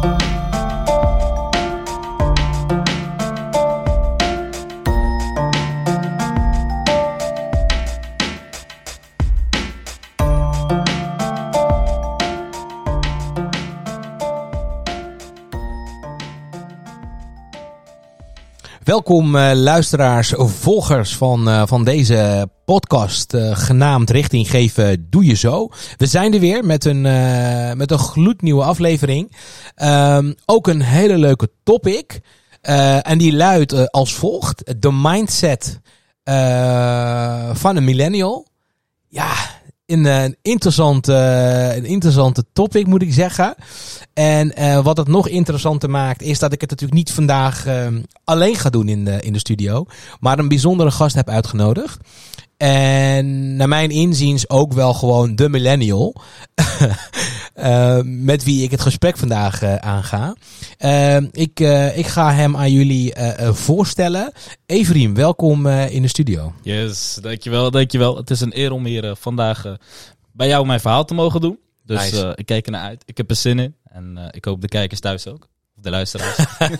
Welkom luisteraars, volgers van deze podcast genaamd Richting Geven Doe Je Zo. We zijn er weer met een gloednieuwe aflevering. Ook een hele leuke topic. En die luidt als volgt. De mindset van een millennial. Ja, een interessante topic moet ik zeggen. En wat het nog interessanter maakt is dat ik het natuurlijk niet vandaag alleen ga doen in de studio. Maar een bijzondere gast heb uitgenodigd. En naar mijn inziens ook wel gewoon de millennial. Met wie ik het gesprek vandaag aanga. Ik ga hem aan jullie voorstellen. Everiem, welkom in de studio. Yes, dankjewel. Het is een eer om hier vandaag bij jou mijn verhaal te mogen doen. Dus nice. Ik kijk er naar uit. Ik heb er zin in. En ik hoop de kijkers thuis ook. De luisteraars.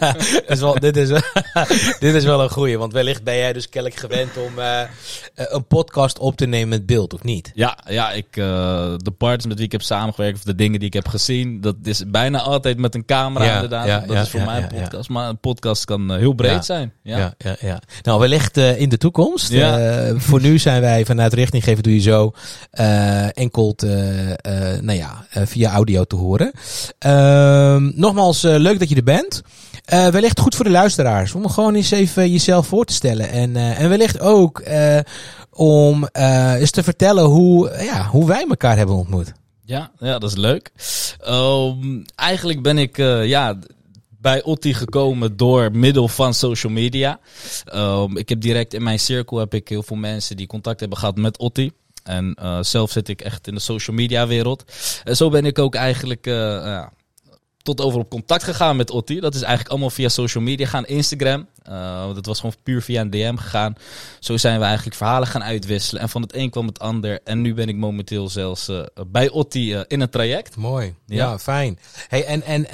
Dit is wel een goeie, want wellicht ben jij dus kennelijk gewend om een podcast op te nemen met beeld, of niet? Ja, de partners met wie ik heb samengewerkt, of de dingen die ik heb gezien, dat is bijna altijd met een camera inderdaad. Dat is voor mij een podcast, maar een podcast kan heel breed zijn. Ja. Nou, wellicht in de toekomst. Voor nu zijn wij vanuit Richting Geven Doe Je Zo enkel via audio te horen. Nogmaals, leuk dat je er bent. Wellicht goed voor de luisteraars om gewoon eens even jezelf voor te stellen. En wellicht ook om eens te vertellen hoe wij elkaar hebben ontmoet. Ja, dat is leuk. Eigenlijk ben ik bij Otti gekomen door middel van social media. Ik heb direct in mijn cirkel heel veel mensen die contact hebben gehad met Otti. En zelf zit ik echt in de social media wereld. En zo ben ik ook eigenlijk tot over op contact gegaan met Otti. Dat is eigenlijk allemaal via social media gaan. Instagram. Dat was gewoon puur via een DM gegaan. Zo zijn we eigenlijk verhalen gaan uitwisselen. En van het een kwam het ander. En nu ben ik momenteel zelfs bij Otti in een traject. Mooi. Ja, fijn. Hey,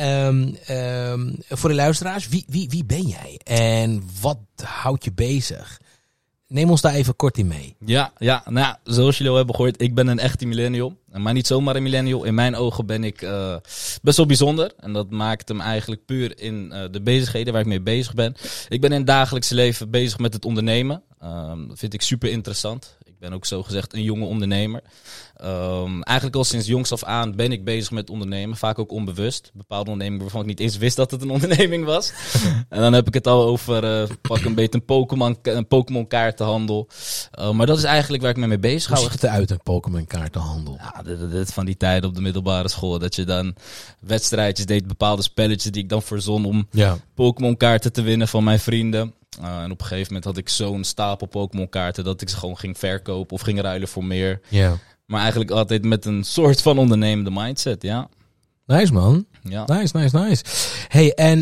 en voor de luisteraars, wie ben jij? En wat houdt je bezig? Neem ons daar even kort in mee. Ja, zoals jullie al hebben gehoord, ik ben een echte millennial. Maar niet zomaar een millennial. In mijn ogen ben ik best wel bijzonder. En dat maakt hem eigenlijk puur in de bezigheden waar ik mee bezig ben. Ik ben in het dagelijkse leven bezig met het ondernemen. Dat vind ik super interessant. Ik ben ook zogezegd een jonge ondernemer. Eigenlijk al sinds jongs af aan ben ik bezig met ondernemen. Vaak ook onbewust. Bepaalde ondernemingen waarvan ik niet eens wist dat het een onderneming was. En dan heb ik het al over pak een beetje een Pokémon kaartenhandel. Maar dat is eigenlijk waar ik me mee bezig hou. Hoe ziet het eruit, een Pokémon kaartenhandel? Ja, dit van die tijden op de middelbare school. Dat je dan wedstrijdjes deed, bepaalde spelletjes die ik dan verzon om Pokémon kaarten te winnen van mijn vrienden. En op een gegeven moment had ik zo'n stapel Pokémon kaarten dat ik ze gewoon ging verkopen of ging ruilen voor meer. Ja. Maar eigenlijk altijd met een soort van ondernemende mindset, ja. Nice, man. Ja. Nice. Hey, en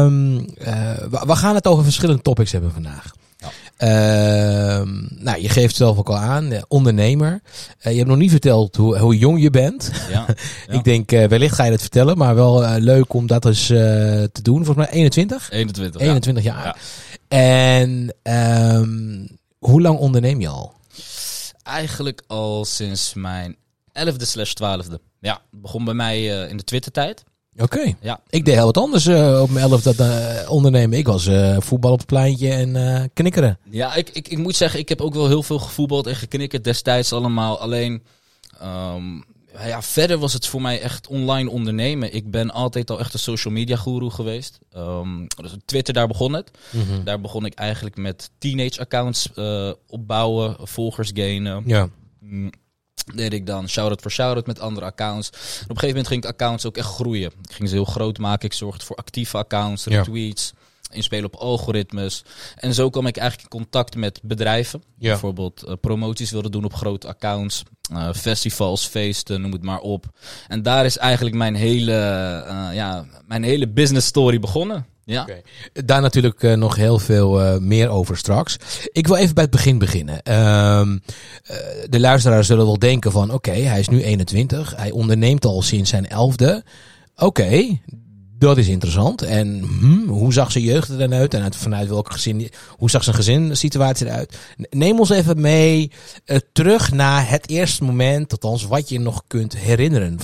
we gaan het over verschillende topics hebben vandaag. Ja. Je geeft zelf ook al aan, ondernemer. Je hebt nog niet verteld hoe jong je bent. Ja. Ik denk, wellicht ga je het vertellen, maar wel leuk om dat eens te doen. Volgens mij 21? 21 jaar. Ja. En hoe lang onderneem je al? Eigenlijk al sinds mijn 11e/12e. Ja, het begon bij mij in de Twitter-tijd. Oké. Ja. Ik deed heel wat anders op mijn 11e ondernemen. Ik was voetbal op het pleintje en knikkeren. Ja, ik moet zeggen, ik heb ook wel heel veel gevoetbald en geknikkerd destijds allemaal. Alleen, verder was het voor mij echt online ondernemen. Ik ben altijd al echt een social media guru geweest. Dus Twitter, daar begon het. Mm-hmm. Daar begon ik eigenlijk met teenage accounts opbouwen, volgers gainen. Ja. Deed ik dan shout-out voor shout-out met andere accounts. En op een gegeven moment ging ik accounts ook echt groeien. Ik ging ze heel groot maken. Ik zorgde voor actieve accounts, retweets, inspelen op algoritmes. En zo kwam ik eigenlijk in contact met bedrijven. Ja. Bijvoorbeeld promoties wilden doen op grote accounts. Festivals, feesten, noem het maar op. En daar is eigenlijk mijn hele business story begonnen. Ja. Okay. Daar natuurlijk nog heel veel meer over straks. Ik wil even bij het begin beginnen. De luisteraars zullen wel denken van oké, hij is nu 21. Hij onderneemt al sinds zijn 11e. Oké, Dat is interessant. En hoe zag zijn jeugd er dan uit? En vanuit welke gezin? Hoe zag zijn gezinssituatie eruit? Neem ons even mee terug naar het eerste moment, althans wat je nog kunt herinneren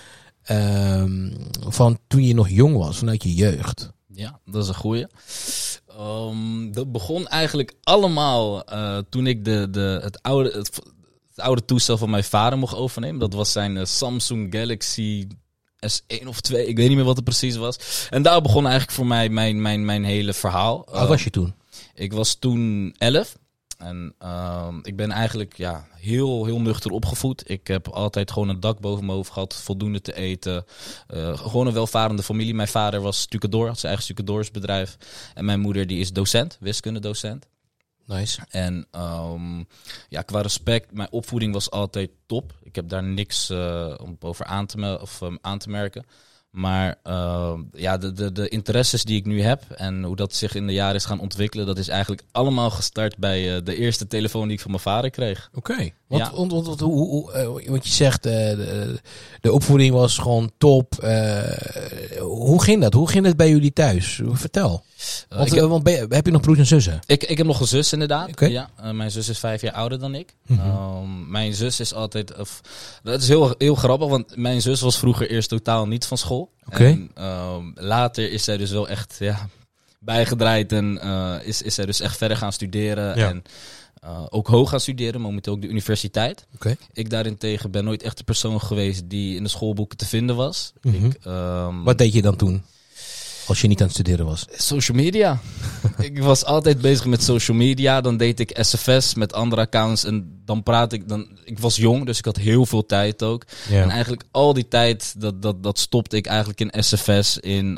van toen je nog jong was, vanuit je jeugd. Ja, dat is een goeie. Dat begon eigenlijk allemaal toen ik het oude toestel van mijn vader mocht overnemen. Dat was zijn Samsung Galaxy S1 of 2. Ik weet niet meer wat het precies was. En daar begon eigenlijk voor mij mijn hele verhaal. Hoe was je toen? Ik was toen 11. En ik ben eigenlijk heel nuchter opgevoed. Ik heb altijd gewoon een dak boven mijn hoofd gehad, voldoende te eten. Gewoon een welvarende familie. Mijn vader was stucadoor, had zijn eigen stucadoorsbedrijf. En mijn moeder die is docent, wiskundedocent. Nice. En qua respect, mijn opvoeding was altijd top. Ik heb daar niks om over aan te merken. Maar de interesses die ik nu heb en hoe dat zich in de jaren is gaan ontwikkelen, dat is eigenlijk allemaal gestart bij de eerste telefoon die ik van mijn vader kreeg. Oké. Want je zegt de opvoeding was gewoon top. Hoe ging dat? Hoe ging het bij jullie thuis? Vertel. Heb je nog broers en zussen? Ik heb nog een zus inderdaad. Okay. Ja, mijn zus is 5 jaar ouder dan ik. Mm-hmm. Mijn zus is altijd... dat is heel grappig, want mijn zus was vroeger eerst totaal niet van school. Okay. En later is zij dus wel echt bijgedraaid en is zij dus echt verder gaan studeren. Ja. En ook hoog gaan studeren, momenteel ook de universiteit. Okay. Ik daarentegen ben nooit echt de persoon geweest die in de schoolboeken te vinden was. Mm-hmm. Wat deed je dan toen? Als je niet aan het studeren was? Social media. Ik was altijd bezig met social media. Dan deed ik SFS met andere accounts. En dan ik was jong, dus ik had heel veel tijd ook. Ja. En eigenlijk al die tijd, dat stopte ik eigenlijk in SFS.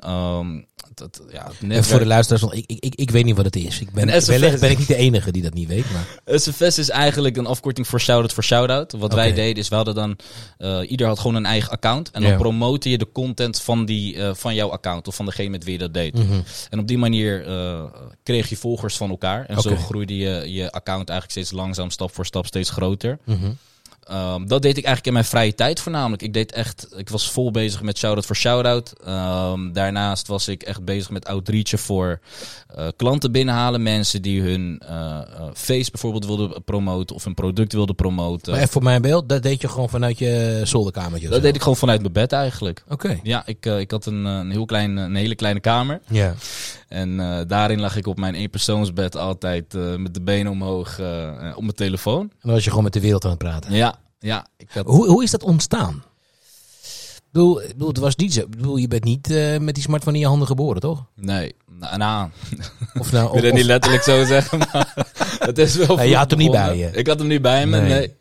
En voor de luisteraars, ik weet niet wat het is. Wellicht ben ik niet de enige die dat niet weet. Maar. SFS is eigenlijk een afkorting voor shout-out. Wat wij deden is, we hadden dan... ieder had gewoon een eigen account. En dan promote je de content van jouw account. Of van degene met wie je dat deed. Mm-hmm. En op die manier kreeg je volgers van elkaar. En zo groeide je account eigenlijk steeds langzaam, stap voor stap, steeds groter. Mm-hmm. Dat deed ik eigenlijk in mijn vrije tijd voornamelijk. Ik was vol bezig met Shoutout voor Shoutout. Daarnaast was ik echt bezig met outreachen voor klanten binnenhalen. Mensen die hun face bijvoorbeeld wilden promoten of een product wilden promoten. Maar even voor mijn beeld, dat deed je gewoon vanuit je zolderkamertje? Dat deed ik gewoon vanuit mijn bed eigenlijk. Oké. Ja, ik had een hele kleine kamer. Ja. En daarin lag ik op mijn eenpersoonsbed altijd met de benen omhoog op mijn telefoon. En dan was je gewoon met de wereld aan het praten? Ja. Hoe is dat ontstaan? Het was niet zo. Je bent niet met die smartphone in je handen geboren, toch? Nee. Ik wil het niet letterlijk zo zeggen, maar het is wel... je had hem niet bij je. Ik had hem niet bij me, nee.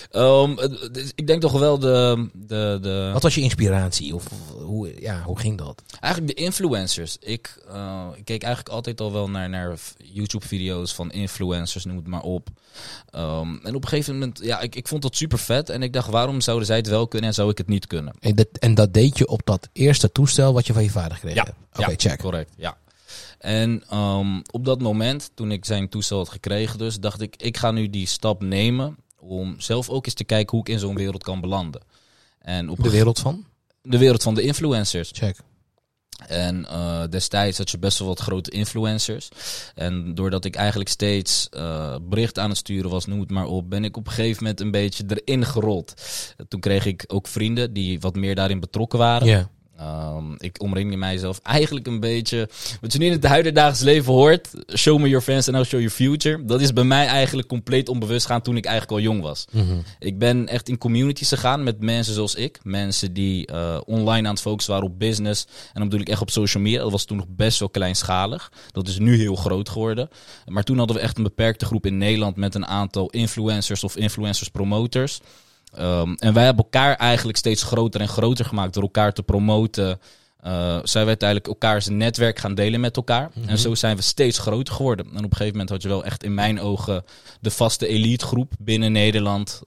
Ik denk toch wel de... Wat was je inspiratie? Of hoe ging dat? Eigenlijk de influencers. Ik keek eigenlijk altijd al wel naar YouTube-video's van influencers, noem het maar op. En op een gegeven moment, ik vond dat super vet. En ik dacht, waarom zouden zij het wel kunnen en zou ik het niet kunnen? En dat deed je op dat eerste toestel wat je van je vader kreeg? Ja, Oké, check. Correct, ja. En op dat moment, toen ik zijn toestel had gekregen dus, dacht ik ga nu die stap nemen om zelf ook eens te kijken hoe ik in zo'n wereld kan belanden. En de wereld van? De wereld van de influencers. Check. En destijds had je best wel wat grote influencers. En doordat ik eigenlijk steeds bericht aan het sturen was, noem het maar op, ben ik op een gegeven moment een beetje erin gerold. Toen kreeg ik ook vrienden die wat meer daarin betrokken waren. Yeah. Ik omringde mijzelf eigenlijk een beetje... Wat je nu in het huidendaags leven hoort... Show me your friends and I'll show your future. Dat is bij mij eigenlijk compleet onbewust gaan toen ik eigenlijk al jong was. Mm-hmm. Ik ben echt in communities gegaan met mensen zoals ik. Mensen die online aan het focussen waren op business. En dan bedoel ik echt op social media. Dat was toen nog best wel kleinschalig. Dat is nu heel groot geworden. Maar toen hadden we echt een beperkte groep in Nederland... met een aantal influencers of influencers promoters... En wij hebben elkaar eigenlijk steeds groter en groter gemaakt door elkaar te promoten. Zijn we uiteindelijk elkaars netwerk gaan delen met elkaar. Mm-hmm. En zo zijn we steeds groter geworden. En op een gegeven moment had je wel echt in mijn ogen de vaste elite groep binnen Nederland.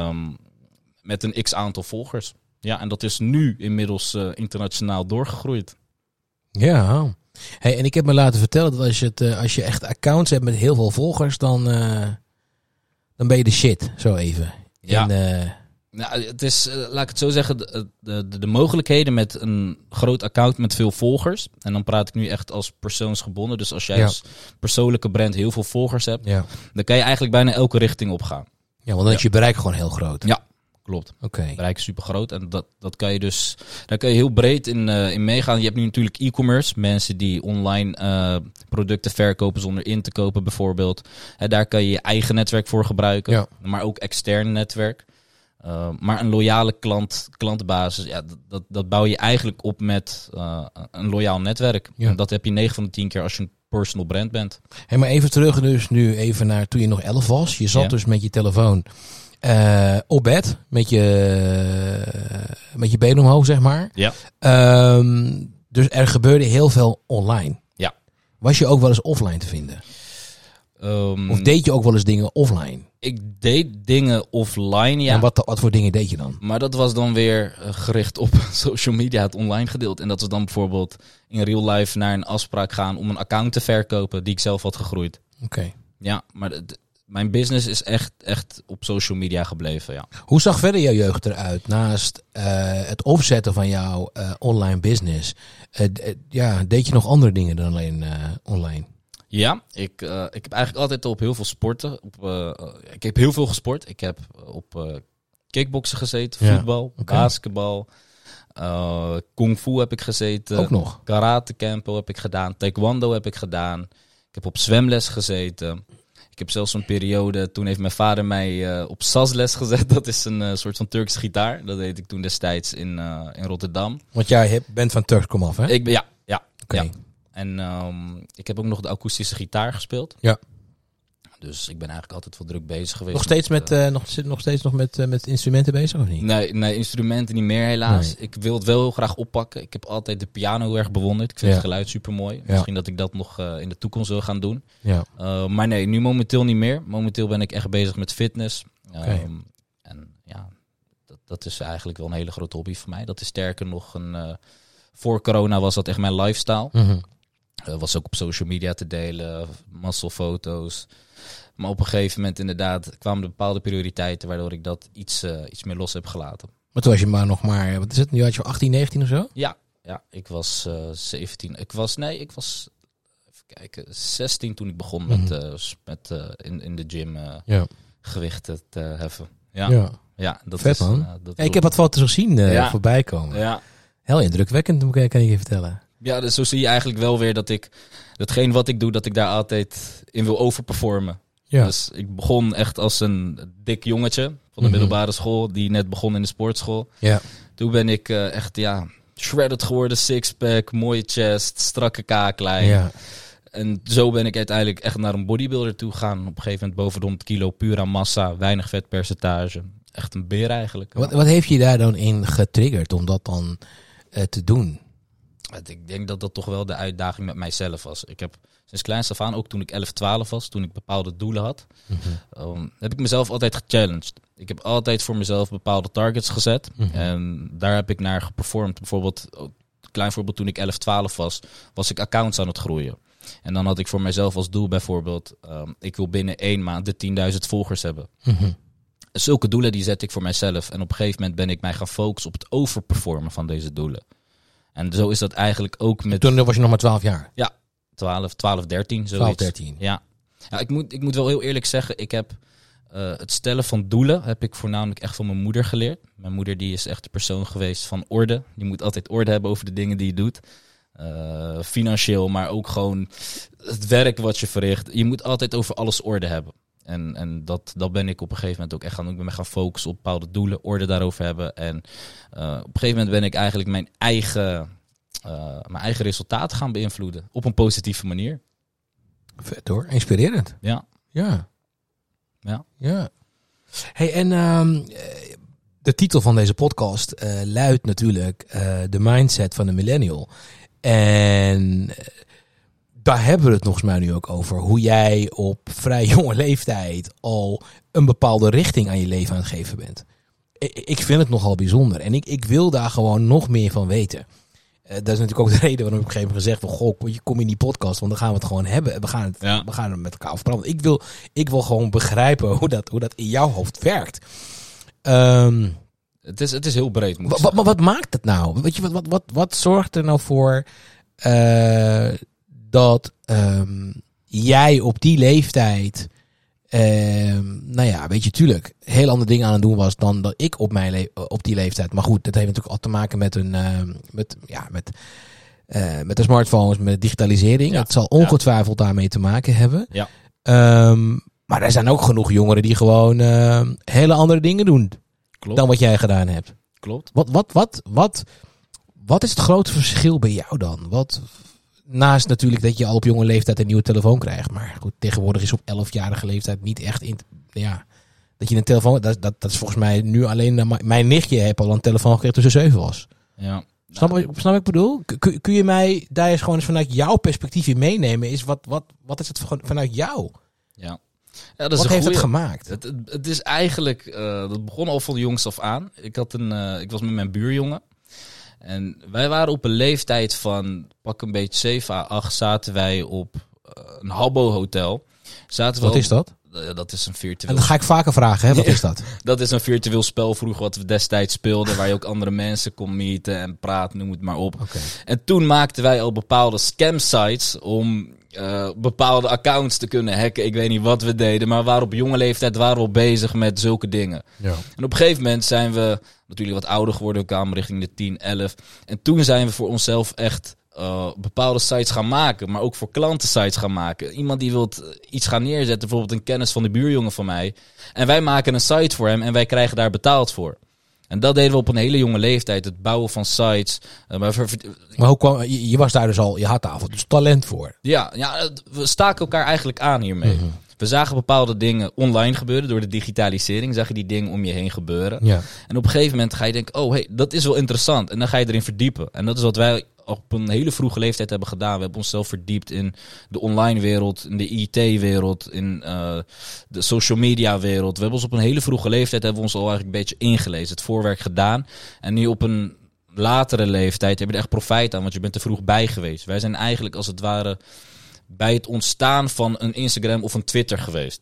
Met een x-aantal volgers. Ja, en dat is nu inmiddels internationaal doorgegroeid. Ja. Hey, en ik heb me laten vertellen dat als je echt accounts hebt met heel veel volgers, dan ben je de shit, zo even. Ja. Nou, het is, laat ik het zo zeggen, de mogelijkheden met een groot account met veel volgers. En dan praat ik nu echt als persoonsgebonden. Dus als jij als persoonlijke brand heel veel volgers hebt, dan kan je eigenlijk bijna elke richting opgaan. Ja, want dan is je bereik gewoon heel groot. Ja, klopt. Oké. Bereik is super groot. En dat kan je dus, daar kan je heel breed in meegaan. Je hebt nu natuurlijk e-commerce. Mensen die online producten verkopen zonder in te kopen bijvoorbeeld. Daar kan je je eigen netwerk voor gebruiken. Ja. Maar ook extern netwerk. Maar een loyale klantenbasis, dat bouw je eigenlijk op met een loyaal netwerk. Ja. En dat heb je 9 van de 10 keer als je een personal brand bent. Hey, maar even terug dus nu even naar toen je nog 11 was. Je zat dus met je telefoon op bed, met je been omhoog, zeg maar. Ja. Dus er gebeurde heel veel online. Ja. Was je ook wel eens offline te vinden? Of deed je ook wel eens dingen offline? Ik deed dingen offline, ja. En wat voor dingen deed je dan? Maar dat was dan weer gericht op social media, het online gedeelte. En dat was dan bijvoorbeeld in real life naar een afspraak gaan om een account te verkopen die ik zelf had gegroeid. Oké. Ja, maar mijn business is echt op social media gebleven, ja. Hoe zag verder jouw jeugd eruit? Naast het opzetten van jouw online business, deed je nog andere dingen dan alleen online? Ja, ik heb eigenlijk altijd op heel veel sporten. Ik heb heel veel gesport. Ik heb op kickboksen gezeten, voetbal, basketbal, kung fu heb ik gezeten. Ook nog? Karate Kempo heb ik gedaan, taekwondo heb ik gedaan. Ik heb op zwemles gezeten. Ik heb zelfs een periode, toen heeft mijn vader mij op sazles gezet. Dat is een soort van Turkse gitaar. Dat deed ik toen destijds in Rotterdam. Want jij bent van Turks komaf, hè? Ja. Okay. Ja. En ik heb ook nog de akoestische gitaar gespeeld. Ja. Dus ik ben eigenlijk altijd wel druk bezig geweest. Nog steeds met instrumenten bezig of niet? Nee, instrumenten niet meer helaas. Nee. Ik wil het wel heel graag oppakken. Ik heb altijd de piano heel erg bewonderd. Ik vind het geluid super mooi. Ja. Misschien dat ik dat nog in de toekomst wil gaan doen. Ja. Maar nee, nu momenteel niet meer. Momenteel ben ik echt bezig met fitness. En ja, dat is eigenlijk wel een hele grote hobby voor mij. Dat is sterker nog voor corona was dat echt mijn lifestyle. Mm-hmm. Was ook op social media te delen, massafoto's. Maar op een gegeven moment inderdaad kwamen er bepaalde prioriteiten waardoor ik dat iets meer los heb gelaten. Maar toen was je nog maar, wat is het? Nu had je 18, 19 of zo? Ja, ik was 17. Ik was even kijken, 16 toen ik begon met in de gym gewichten te heffen. Ja, dat vet, is man. Ik heb wat foto's gezien voorbij komen. Ja. Heel indrukwekkend, kan ik je vertellen. Ja, dus zo zie je eigenlijk wel weer dat datgene wat ik doe, dat ik daar altijd in wil overperformen. Ja. Dus ik begon echt als een dik jongetje van de middelbare school, die net begon in de sportschool. Ja. Toen ben ik echt, shredded geworden, sixpack, mooie chest, strakke kaaklijn. Ja. En zo ben ik uiteindelijk echt naar een bodybuilder toe gegaan. Op een gegeven moment boven de 100 kilo, puur aan massa, weinig vetpercentage. Echt een beer eigenlijk. Wat heeft je daar dan in getriggerd om dat dan te doen? Ik denk dat dat toch wel de uitdaging met mijzelf was. Ik heb sinds kleins af aan, ook toen ik 11, 12 was, toen ik bepaalde doelen had, heb ik mezelf altijd gechallenged. Ik heb altijd voor mezelf bepaalde targets gezet. En daar heb ik naar geperformed. Bijvoorbeeld, een klein voorbeeld, toen ik 11, 12 was ik accounts aan het groeien. En dan had ik voor mezelf als doel bijvoorbeeld, ik wil binnen 1 maand de 10.000 volgers hebben. Zulke doelen die zet ik voor mijzelf. En op een gegeven moment ben ik mij gaan focussen op het overperformen van deze doelen. En zo is dat eigenlijk ook met... Toen was je nog maar 12 jaar? Ja, 12, 13, zoiets. 12, 13. Ja, ik moet wel heel eerlijk zeggen, ik heb het stellen van doelen heb ik voornamelijk echt van mijn moeder geleerd. Mijn moeder die is echt de persoon geweest van orde. Die moet altijd orde hebben over de dingen die je doet. Financieel, maar ook gewoon het werk wat je verricht. Je moet altijd over alles orde hebben. En dat ben ik op een gegeven moment ook echt gaan doen. Ik ben me gaan focussen op bepaalde doelen, orde daarover hebben. En op een gegeven moment ben ik eigenlijk mijn eigen resultaat gaan beïnvloeden. Op een positieve manier. Vet hoor, inspirerend. Ja. Hey, en de titel van deze podcast luidt natuurlijk de mindset van de millennial. En daar hebben we het volgens mij nu ook over. Hoe jij op vrij jonge leeftijd al een bepaalde richting aan je leven aan het geven bent. Ik vind het nogal bijzonder. En ik wil daar gewoon nog meer van weten. Dat is natuurlijk ook de reden waarom ik op een gegeven moment gezegd van, goh, kom in die podcast, want dan gaan we het gewoon hebben. We gaan het met elkaar over praten. Ik wil gewoon begrijpen hoe dat in jouw hoofd werkt. Het is heel breed. Wat maakt het nou? Weet je, wat zorgt er nou voor dat jij op die leeftijd, weet je, tuurlijk, heel andere dingen aan het doen was dan dat ik op die leeftijd. Maar goed, dat heeft natuurlijk al te maken met de smartphones, met digitalisering. Ja. Het zal ongetwijfeld daarmee te maken hebben. Ja. Maar er zijn ook genoeg jongeren die gewoon hele andere dingen doen. Klopt. Dan wat jij gedaan hebt. Klopt. Wat is het grote verschil bij jou dan? Naast natuurlijk dat je al op jonge leeftijd een nieuwe telefoon krijgt. Maar goed, tegenwoordig is op 11-jarige leeftijd niet echt dat je een telefoon. Dat is volgens mij nu alleen. Mijn nichtje heeft al een telefoon gekregen toen ze 7 was. Ja. Snap wat ik bedoel? Kun je mij daar eens gewoon eens vanuit jouw perspectief in meenemen? Wat is het vanuit jou? Ja. Ja, dat is wat heeft het gemaakt? Het is eigenlijk, dat begon al van jongs af aan. Ik was met mijn buurjongen. En wij waren op een leeftijd van pak een beetje 7 à 8 zaten wij op een Habbo hotel. Wat is dat? Dat is een virtueel... En dat ga ik vaker vragen, hè? Wat is dat? Dat is een virtueel spel vroeger wat we destijds speelden, waar je ook andere mensen kon meeten en praten, noem het maar op. Okay. En toen maakten wij al bepaalde scam-sites om bepaalde accounts te kunnen hacken. Ik weet niet wat we deden, maar we waren op jonge leeftijd waren we al bezig met zulke dingen. Ja. En op een gegeven moment zijn we natuurlijk wat ouder geworden, we kwamen richting de 10, 11. En toen zijn we voor onszelf echt bepaalde sites gaan maken, maar ook voor klanten sites gaan maken. Iemand die wil iets gaan neerzetten, bijvoorbeeld een kennis van de buurjongen van mij. En wij maken een site voor hem en wij krijgen daar betaald voor. En dat deden we op een hele jonge leeftijd, het bouwen van sites. Maar hoe kwam, je was daar dus al, je had daar al dus talent voor. Ja, we staken elkaar eigenlijk aan hiermee. Mm-hmm. We zagen bepaalde dingen online gebeuren door de digitalisering. Zag je die dingen om je heen gebeuren. Ja. En op een gegeven moment ga je denken, dat is wel interessant. En dan ga je erin verdiepen. En dat is wat wij op een hele vroege leeftijd hebben gedaan. We hebben onszelf verdiept in de online wereld, in de IT-wereld, in de social media wereld. We hebben ons op een hele vroege leeftijd hebben we ons al eigenlijk een beetje ingelezen, het voorwerk gedaan. En nu op een latere leeftijd heb je er echt profijt aan, want je bent er vroeg bij geweest. Wij zijn eigenlijk als het ware bij het ontstaan van een Instagram of een Twitter geweest.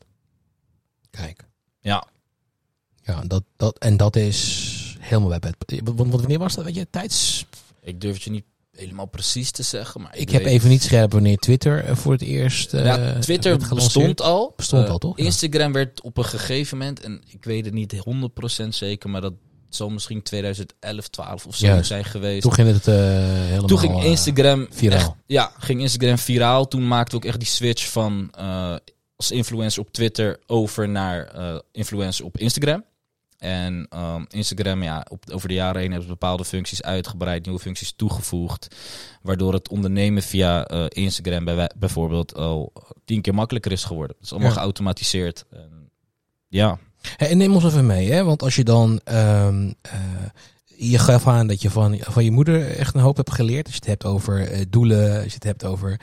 Kijk. Ja. Ja, dat is helemaal bij het. Want wanneer was dat? Weet je, tijds... Ik durf het je niet helemaal precies te zeggen. Maar ik heb even niet scherp wanneer Twitter voor het eerst Twitter bestond al. Bestond al, toch? Instagram werd op een gegeven moment, en ik weet het niet 100% zeker, maar dat zal misschien 2011, 12 of zo zijn geweest. Toen ging het helemaal Toen ging Instagram viraal. Ging Instagram viraal. Toen maakten we ook echt die switch van als influencer op Twitter over naar influencer op Instagram. En Instagram, over de jaren heen hebben ze bepaalde functies uitgebreid, nieuwe functies toegevoegd. Waardoor het ondernemen via Instagram bijvoorbeeld al 10 keer makkelijker is geworden. Het is allemaal geautomatiseerd. En neem ons even mee, hè? Want als je dan... je gaf aan dat je van je moeder echt een hoop hebt geleerd. Als je het hebt over doelen, als je het hebt over...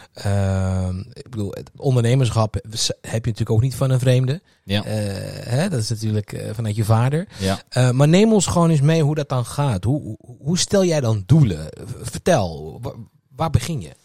ik bedoel, het ondernemerschap heb je natuurlijk ook niet van een vreemde. Ja. Dat is natuurlijk vanuit je vader. Ja. Maar neem ons gewoon eens mee hoe dat dan gaat. Hoe stel jij dan doelen? Vertel, waar begin je?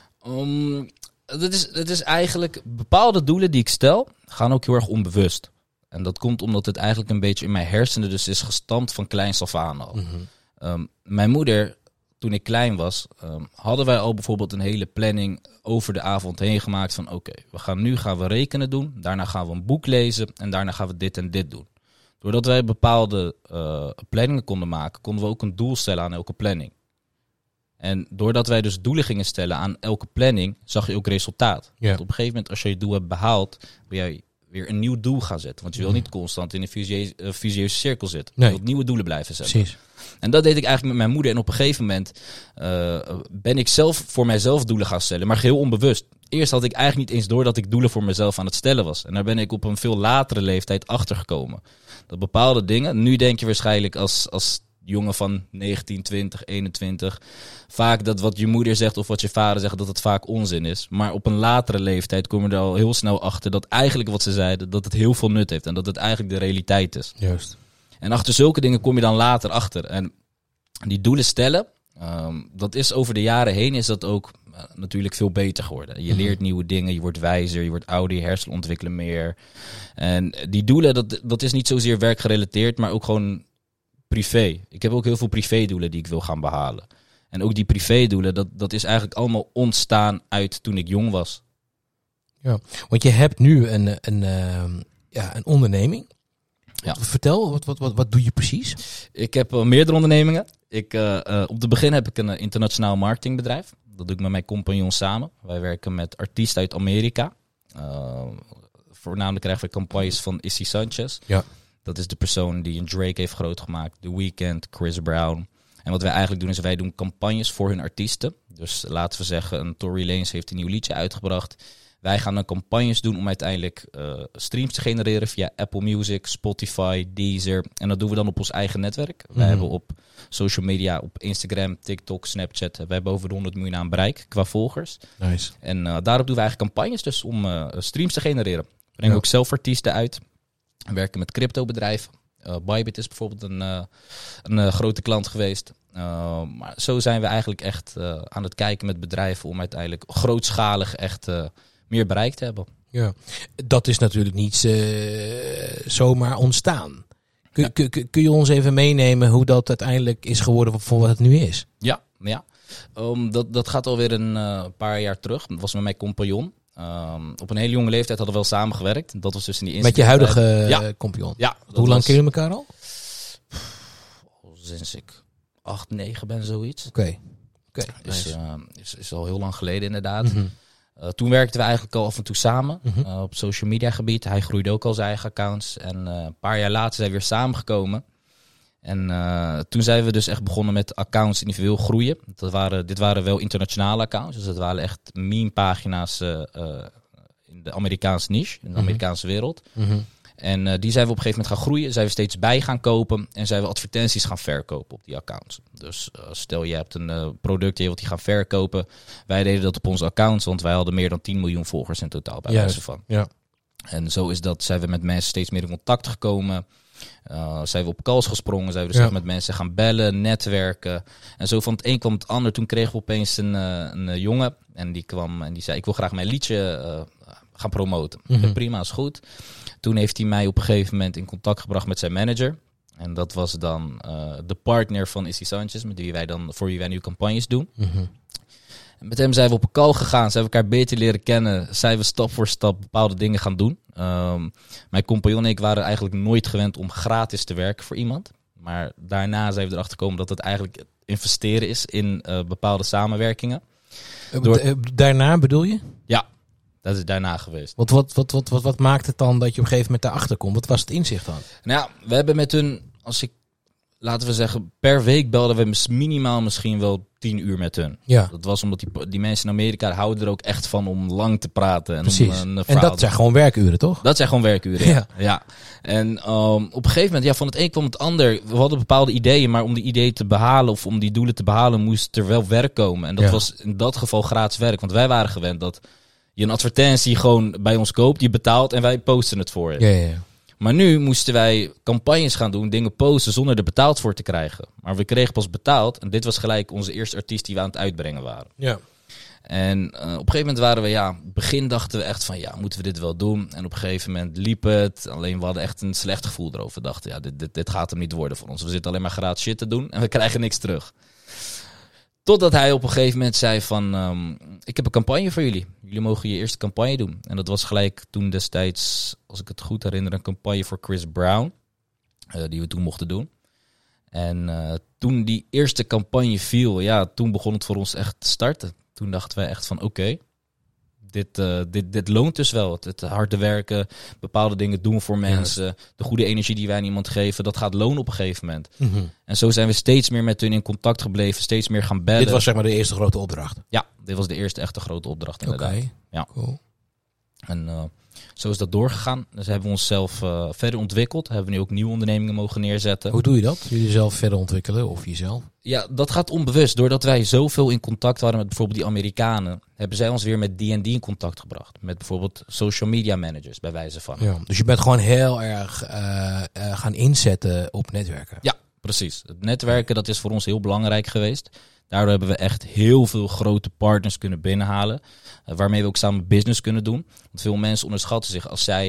Het is eigenlijk bepaalde doelen die ik stel, gaan ook heel erg onbewust. En dat komt omdat het eigenlijk een beetje in mijn hersenen dus is gestampt van kleins af aan al. Mm-hmm. Mijn moeder, toen ik klein was, hadden wij al bijvoorbeeld een hele planning over de avond heen gemaakt van oké, nu gaan we rekenen doen, daarna gaan we een boek lezen en daarna gaan we dit en dit doen. Doordat wij bepaalde planningen konden maken, konden we ook een doel stellen aan elke planning. En doordat wij dus doelen gingen stellen aan elke planning, zag je ook resultaat. Ja. Want op een gegeven moment, als je je doel hebt behaald, wil jij weer een nieuw doel gaan zetten. Want je wil niet constant in een visieuze cirkel zitten. Je wilt nieuwe doelen blijven zetten. Precies. En dat deed ik eigenlijk met mijn moeder. En op een gegeven moment ben ik zelf voor mijzelf doelen gaan stellen. Maar geheel onbewust. Eerst had ik eigenlijk niet eens door dat ik doelen voor mezelf aan het stellen was. En daar ben ik op een veel latere leeftijd achter gekomen. Dat bepaalde dingen, nu denk je waarschijnlijk als jongen van 19, 20, 21... vaak dat wat je moeder zegt of wat je vader zegt, dat het vaak onzin is. Maar op een latere leeftijd kom je er al heel snel achter dat eigenlijk wat ze zeiden, dat het heel veel nut heeft. En dat het eigenlijk de realiteit is. Juist. En achter zulke dingen kom je dan later achter. En die doelen stellen, dat is over de jaren heen is dat ook natuurlijk veel beter geworden. Je leert nieuwe dingen, je wordt wijzer, je wordt ouder, je hersenen ontwikkelen meer. En die doelen, dat is niet zozeer werkgerelateerd, maar ook gewoon privé. Ik heb ook heel veel privédoelen die ik wil gaan behalen. En ook die privédoelen, dat is eigenlijk allemaal ontstaan uit toen ik jong was. Ja, want je hebt nu een onderneming. Ja. Vertel, wat doe je precies? Ik heb meerdere ondernemingen. Op het begin heb ik een internationaal marketingbedrijf. Dat doe ik met mijn compagnon samen. Wij werken met artiesten uit Amerika. Voornamelijk krijgen we campagnes van Issy Sanchez. Ja. Dat is de persoon die een Drake heeft groot gemaakt. The Weeknd, Chris Brown. En wat wij eigenlijk doen is wij doen campagnes voor hun artiesten. Dus laten we zeggen, een Tory Lanez heeft een nieuw liedje uitgebracht. Wij gaan dan campagnes doen om uiteindelijk streams te genereren via Apple Music, Spotify, Deezer. En dat doen we dan op ons eigen netwerk. Wij hebben op social media, op Instagram, TikTok, Snapchat, we hebben over de 100 miljoen aan bereik qua volgers. Nice. En daarop doen we eigenlijk campagnes dus om streams te genereren. We brengen ook zelf artiesten uit. We werken met cryptobedrijven. Bybit is bijvoorbeeld een grote klant geweest. Maar zo zijn we eigenlijk echt aan het kijken met bedrijven om uiteindelijk grootschalig echt meer bereik te hebben. Ja, dat is natuurlijk niet zomaar ontstaan. Kun je ons even meenemen hoe dat uiteindelijk is geworden voor wat het nu is? Ja. Dat gaat alweer een paar jaar terug. Dat was met mijn compagnon. Op een hele jonge leeftijd hadden we wel samengewerkt. Dat was dus in die met je huidige compagnon? Ja. Hoe lang kennen jullie elkaar al? Sinds ik 8, 9 ben, zoiets. Oké. Is al heel lang geleden inderdaad. Mm-hmm. Toen werkten we eigenlijk al af en toe samen op social media gebied. Hij groeide ook al zijn eigen accounts. En een paar jaar later zijn we weer samengekomen. En toen zijn we dus echt begonnen met accounts individueel groeien. Dit waren wel internationale accounts. Dus dat waren echt meme-pagina's in de Amerikaanse niche, in de Amerikaanse wereld. Mm-hmm. En die zijn we op een gegeven moment gaan groeien. Zijn we steeds bij gaan kopen. En zijn we advertenties gaan verkopen op die accounts. Dus stel je hebt een product, je wilt die gaan verkopen. Wij deden dat op onze accounts. Want wij hadden meer dan 10 miljoen volgers in totaal bij wijze van. Ja. En zo zijn we met mensen steeds meer in contact gekomen. Zijn we op calls gesprongen. Zijn we dus echt met mensen gaan bellen, netwerken. En zo van het een kwam het ander. Toen kregen we opeens een jongen. En die kwam en die zei, ik wil graag mijn liedje gaan promoten. Mm-hmm. Prima, is goed. Toen heeft hij mij op een gegeven moment in contact gebracht met zijn manager. En dat was dan de partner van Issy Sanchez, voor wie wij nu campagnes doen. Mm-hmm. En met hem zijn we op een call gegaan, zijn we elkaar beter leren kennen. Zijn we stap voor stap bepaalde dingen gaan doen. Mijn compagnon en ik waren eigenlijk nooit gewend om gratis te werken voor iemand. Maar daarna zijn we erachter gekomen dat het eigenlijk investeren is in bepaalde samenwerkingen. Daarna bedoel je? Ja. Dat is daarna geweest. Wat maakt het dan dat je op een gegeven moment daarachter komt? Wat was het inzicht dan? Nou ja, we hebben met hun, laten we zeggen, per week belden we minimaal misschien wel 10 uur met hun. Ja. Dat was omdat die mensen in Amerika houden er ook echt van om lang te praten. En precies. En dat zijn gewoon werkuren, toch? Dat zijn gewoon werkuren, ja. En op een gegeven moment, van het een kwam het ander. We hadden bepaalde ideeën, maar om die ideeën te behalen of om die doelen te behalen, moest er wel werk komen. En dat was in dat geval gratis werk. Want wij waren gewend dat je een advertentie gewoon bij ons koopt, die betaalt en wij posten het voor je. Ja. Maar nu moesten wij campagnes gaan doen, dingen posten zonder er betaald voor te krijgen. Maar we kregen pas betaald en dit was gelijk onze eerste artiest die we aan het uitbrengen waren. Ja. En op een gegeven moment waren we, begin dachten we echt van, moeten we dit wel doen? En op een gegeven moment liep het, alleen we hadden echt een slecht gevoel erover. We dachten, dit gaat hem niet worden voor ons. We zitten alleen maar gratis shit te doen en we krijgen niks terug. Totdat hij op een gegeven moment zei van, ik heb een campagne voor jullie. Jullie mogen je eerste campagne doen. En dat was gelijk toen destijds, als ik het goed herinner, een campagne voor Chris Brown. Die we toen mochten doen. En toen die eerste campagne viel, toen begon het voor ons echt te starten. Toen dachten wij echt van, oké, dit loont dus wel. Het harde werken, bepaalde dingen doen voor mensen. De goede energie die wij aan iemand geven, dat gaat lonen op een gegeven moment. Mm-hmm. En zo zijn we steeds meer met hun in contact gebleven, steeds meer gaan bellen. Dit was zeg maar de eerste grote opdracht? Ja, dit was de eerste echte grote opdracht inderdaad. Okay. Ja. Cool. En zo is dat doorgegaan. Dus hebben we onszelf verder ontwikkeld. Hebben we nu ook nieuwe ondernemingen mogen neerzetten. Hoe doe je dat? Jullie zelf verder ontwikkelen of jezelf? Ja, dat gaat onbewust. Doordat wij zoveel in contact waren met bijvoorbeeld die Amerikanen, hebben zij ons weer met D&D in contact gebracht. Met bijvoorbeeld social media managers, bij wijze van. Ja, dus je bent gewoon heel erg gaan inzetten op netwerken. Ja, precies. Het netwerken, dat is voor ons heel belangrijk geweest. Daardoor hebben we echt heel veel grote partners kunnen binnenhalen. Waarmee we ook samen business kunnen doen. Want veel mensen onderschatten zich als zij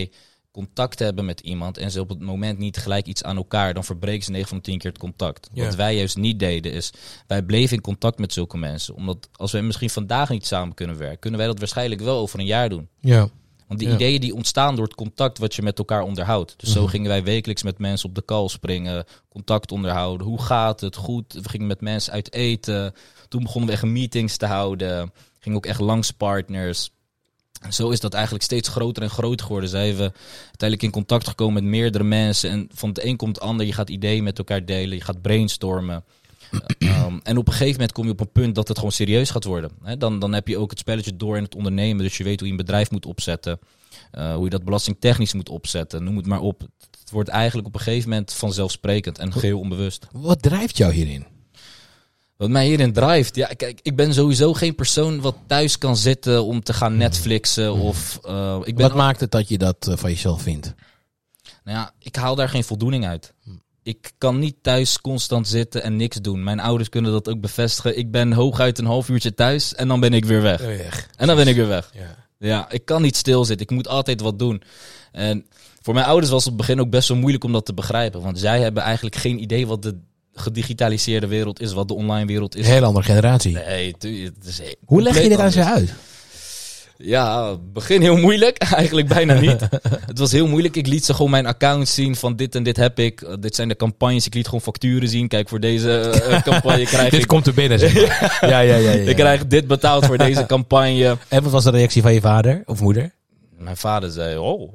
contact hebben met iemand en ze op het moment niet gelijk iets aan elkaar, dan verbreken ze 9 van de 10 keer het contact. Ja. Wat wij juist niet deden is, wij bleven in contact met zulke mensen. Omdat als wij misschien vandaag niet samen kunnen werken, kunnen wij dat waarschijnlijk wel over een jaar doen. Ja. Want die ideeën die ontstaan door het contact wat je met elkaar onderhoudt. Dus zo gingen wij wekelijks met mensen op de call springen, contact onderhouden. Hoe gaat het? Goed. We gingen met mensen uit eten. Toen begonnen we echt meetings te houden. Gingen ook echt langs partners. En zo is dat eigenlijk steeds groter en groter geworden. Zijn we uiteindelijk in contact gekomen met meerdere mensen. En van het een komt het ander. Je gaat ideeën met elkaar delen. Je gaat brainstormen. En op een gegeven moment kom je op een punt dat het gewoon serieus gaat worden. Dan heb je ook het spelletje door in het ondernemen. Dus je weet hoe je een bedrijf moet opzetten. Hoe je dat belastingtechnisch moet opzetten. Noem het maar op. Het wordt eigenlijk op een gegeven moment vanzelfsprekend en geheel onbewust. Wat drijft jou hierin? Wat mij hierin drijft? Ja, kijk, ik ben sowieso geen persoon wat thuis kan zitten om te gaan Netflixen. Of, Wat maakt het dat je dat van jezelf vindt? Nou ja, ik haal daar geen voldoening uit. Ik kan niet thuis constant zitten en niks doen. Mijn ouders kunnen dat ook bevestigen. Ik ben hooguit een half uurtje thuis en dan ben ik weer weg. En dan ben ik weer weg. Ja, ik kan niet stilzitten. Ik moet altijd wat doen. En voor mijn ouders was het op het begin ook best wel moeilijk om dat te begrijpen. Want zij hebben eigenlijk geen idee wat de gedigitaliseerde wereld is, wat de online wereld is. Een hele andere generatie. Nee, het is hoe leg je dit aan ze uit? Ja, begin heel moeilijk. Eigenlijk bijna niet. Het was heel moeilijk. Ik liet ze gewoon mijn accounts zien van dit en dit heb ik. Dit zijn de campagnes. Ik liet gewoon facturen zien. Kijk, voor deze campagne krijg dit ik... komt er binnen, zeg maar. Ja. Ik krijg dit betaald voor deze campagne. En wat was de reactie van je vader of moeder? Mijn vader zei,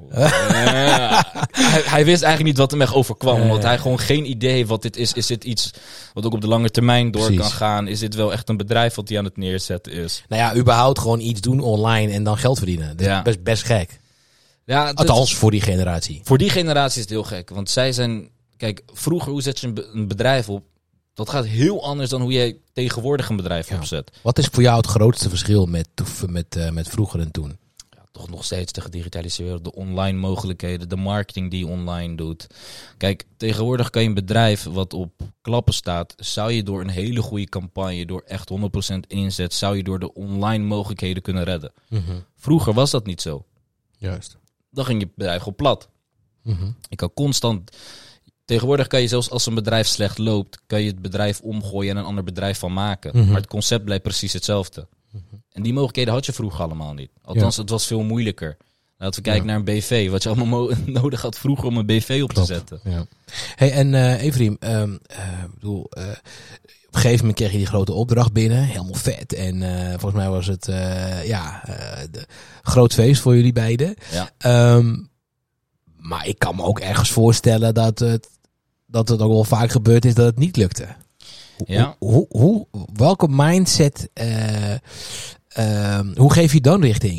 hij wist eigenlijk niet wat hem echt overkwam. Omdat hij gewoon geen idee heeft wat dit is. Is dit iets wat ook op de lange termijn door kan gaan? Is dit wel echt een bedrijf wat hij aan het neerzetten is? Nou ja, überhaupt gewoon iets doen online en dan geld verdienen. Dat is best gek. Ja, althans, voor die generatie. Voor die generatie is het heel gek. Want zij zijn... Kijk, vroeger, hoe zet je een bedrijf op? Dat gaat heel anders dan hoe jij tegenwoordig een bedrijf opzet. Wat is voor jou het grootste verschil met vroeger en toen? Toch nog steeds de gedigitaliseerde, de online mogelijkheden, de marketing die je online doet. Kijk, tegenwoordig kan je een bedrijf wat op klappen staat, zou je door een hele goede campagne, door echt 100% inzet, zou je door de online mogelijkheden kunnen redden. Vroeger was dat niet zo. Juist. Dan ging je bedrijf gewoon plat. Ik kan constant... Tegenwoordig kan je zelfs als een bedrijf slecht loopt, kan je het bedrijf omgooien en een ander bedrijf van maken. Maar het concept blijft precies hetzelfde. En die mogelijkheden had je vroeger allemaal niet. Althans, het was veel moeilijker. Laten we kijken naar een BV. Wat je allemaal nodig had vroeger om een BV op te zetten. Ja. Hey, en Evrim, op een gegeven moment kreeg je die grote opdracht binnen. Helemaal vet. En volgens mij was het groot feest voor jullie beiden. Ja. Maar ik kan me ook ergens voorstellen dat het ook wel vaak gebeurd is dat het niet lukte. Ja. Welke mindset, hoe geef je dan richting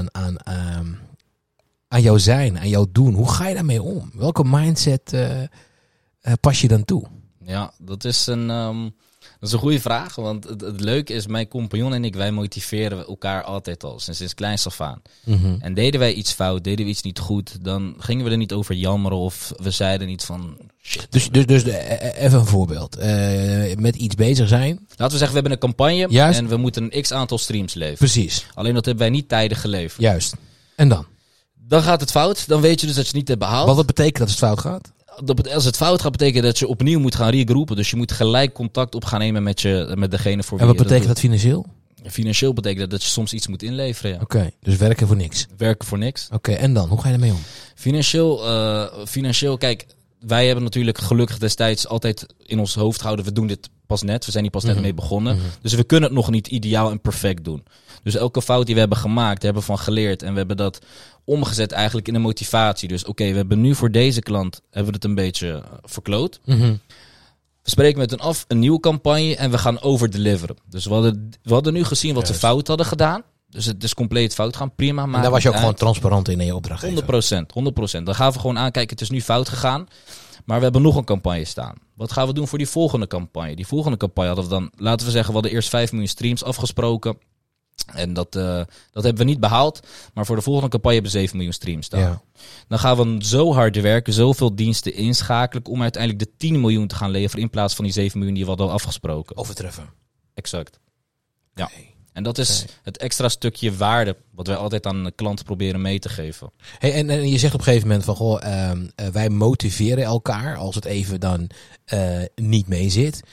aan jouw zijn, aan jouw doen? Hoe ga je daarmee om? Welke mindset pas je dan toe? Ja, dat is een goede vraag. Want het leuke is, mijn compagnon en ik, wij motiveren elkaar altijd al. Sinds kleins af aan. En deden wij iets fout, deden we iets niet goed, dan gingen we er niet over jammeren of we zeiden niet van... Shit. Dus even een voorbeeld. Met iets bezig zijn. Laten we zeggen, we hebben een campagne. Juist. En we moeten een x-aantal streams leveren. Precies. Alleen dat hebben wij niet tijdig geleverd. Juist. En dan? Dan gaat het fout. Dan weet je dus dat je het niet hebt behaald. Wat betekent dat het fout gaat? Als het fout gaat, betekent dat je opnieuw moet gaan regroupen. Dus je moet gelijk contact op gaan nemen met degene voor wie je En wat betekent dat financieel? Financieel betekent dat je soms iets moet inleveren. Ja. Oké, dus werken voor niks. Werken voor niks. Oké, en dan? Hoe ga je daarmee om? Financieel, kijk, wij hebben natuurlijk gelukkig destijds altijd in ons hoofd gehouden, we doen dit pas net. We zijn hier pas net mee begonnen. Dus we kunnen het nog niet ideaal en perfect doen. Dus elke fout die we hebben gemaakt, hebben we van geleerd. En we hebben dat omgezet eigenlijk in een motivatie. Dus oké, we hebben nu voor deze klant, hebben we het een beetje verkloot. We spreken met hen af, een nieuwe campagne en we gaan overdeliveren. Dus we hadden nu gezien wat ze fout hadden gedaan. Dus het is compleet fout gaan, prima. Maar en daar was je ook gewoon transparant in je opdracht. 100%. Dan gaan we gewoon aankijken, het is nu fout gegaan. Maar we hebben nog een campagne staan. Wat gaan we doen voor die volgende campagne? Die volgende campagne hadden we dan, laten we zeggen, we hadden eerst 5 miljoen streams afgesproken. En dat hebben we niet behaald. Maar voor de volgende campagne hebben we 7 miljoen streams staan. Ja. Dan gaan we zo hard werken, zoveel diensten inschakelen om uiteindelijk de 10 miljoen te gaan leveren in plaats van die 7 miljoen die we hadden afgesproken. Overtreffen. Exact. Ja. Okay. En dat is het extra stukje waarde wat wij altijd aan de klant proberen mee te geven. Hey, en je zegt op een gegeven moment van, goh, wij motiveren elkaar als het even dan niet mee zit.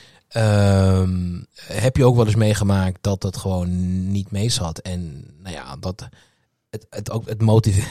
Heb je ook wel eens meegemaakt dat het gewoon niet mee zat? En nou ja, dat het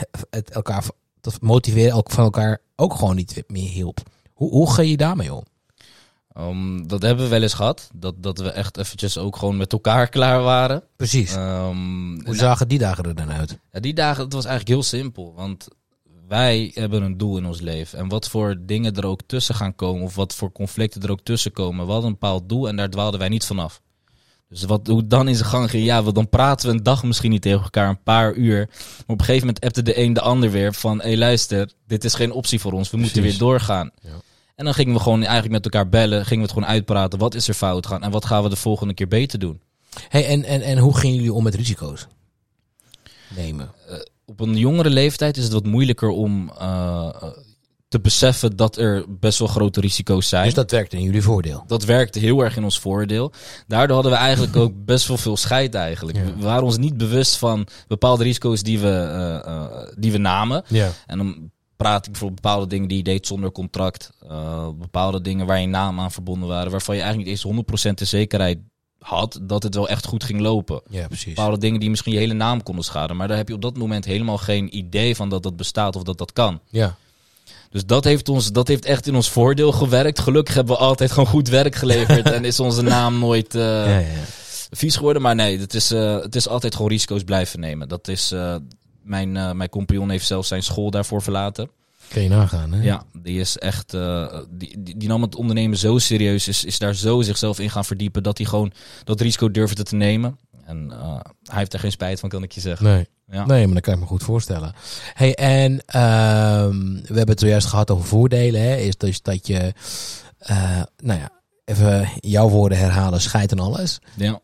motiveren van elkaar ook gewoon niet meer hielp. Hoe ga je daarmee om? Dat hebben we wel eens gehad. Dat we echt eventjes ook gewoon met elkaar klaar waren. Precies. Hoe zagen die dagen er dan uit? Ja, die dagen, het was eigenlijk heel simpel. Want wij hebben een doel in ons leven. En wat voor dingen er ook tussen gaan komen, of wat voor conflicten er ook tussen komen. We hadden een bepaald doel en daar dwaalden wij niet vanaf. Dus hoe dan in zijn gang ging, dan praten we een dag misschien niet tegen elkaar, een paar uur. Maar op een gegeven moment appte de een de ander weer van, hé luister, dit is geen optie voor ons, we moeten weer doorgaan. Ja. En dan gingen we gewoon eigenlijk met elkaar bellen, gingen we het gewoon uitpraten, wat is er fout gaan en wat gaan we de volgende keer beter doen. Hey, en hoe gingen jullie om met risico's nemen? Op een jongere leeftijd is het wat moeilijker om te beseffen dat er best wel grote risico's zijn. Dus dat werkte in jullie voordeel? Dat werkte heel erg in ons voordeel. Daardoor hadden we eigenlijk ook best wel veel scheid eigenlijk. Ja. We waren ons niet bewust van bepaalde risico's die we namen. Ja. En dan praat ik bijvoorbeeld bepaalde dingen die je deed zonder contract. Bepaalde dingen waar je naam aan verbonden waren. Waarvan je eigenlijk niet eens 100% de zekerheid had dat het wel echt goed ging lopen. Ja, precies. Bepaalde dingen die misschien je hele naam konden schaden. Maar daar heb je op dat moment helemaal geen idee van dat bestaat of dat kan. Ja. Dus dat heeft echt in ons voordeel gewerkt. Gelukkig hebben we altijd gewoon goed werk geleverd. En is onze naam nooit vies geworden. Maar nee, het is altijd gewoon risico's blijven nemen. Dat is, mijn compagnon heeft zelfs zijn school daarvoor verlaten. Kun je nagaan, hè? Ja, die is echt, die nam het ondernemen zo serieus. Is daar zo zichzelf in gaan verdiepen dat hij gewoon dat risico durfde te nemen. En hij heeft er geen spijt van, kan ik je zeggen. Nee. Ja. Nee, maar dat kan ik me goed voorstellen. Hey, en we hebben het zojuist gehad over voordelen. Hè? Is dus dat je, even jouw woorden herhalen, scheid en alles. Ja.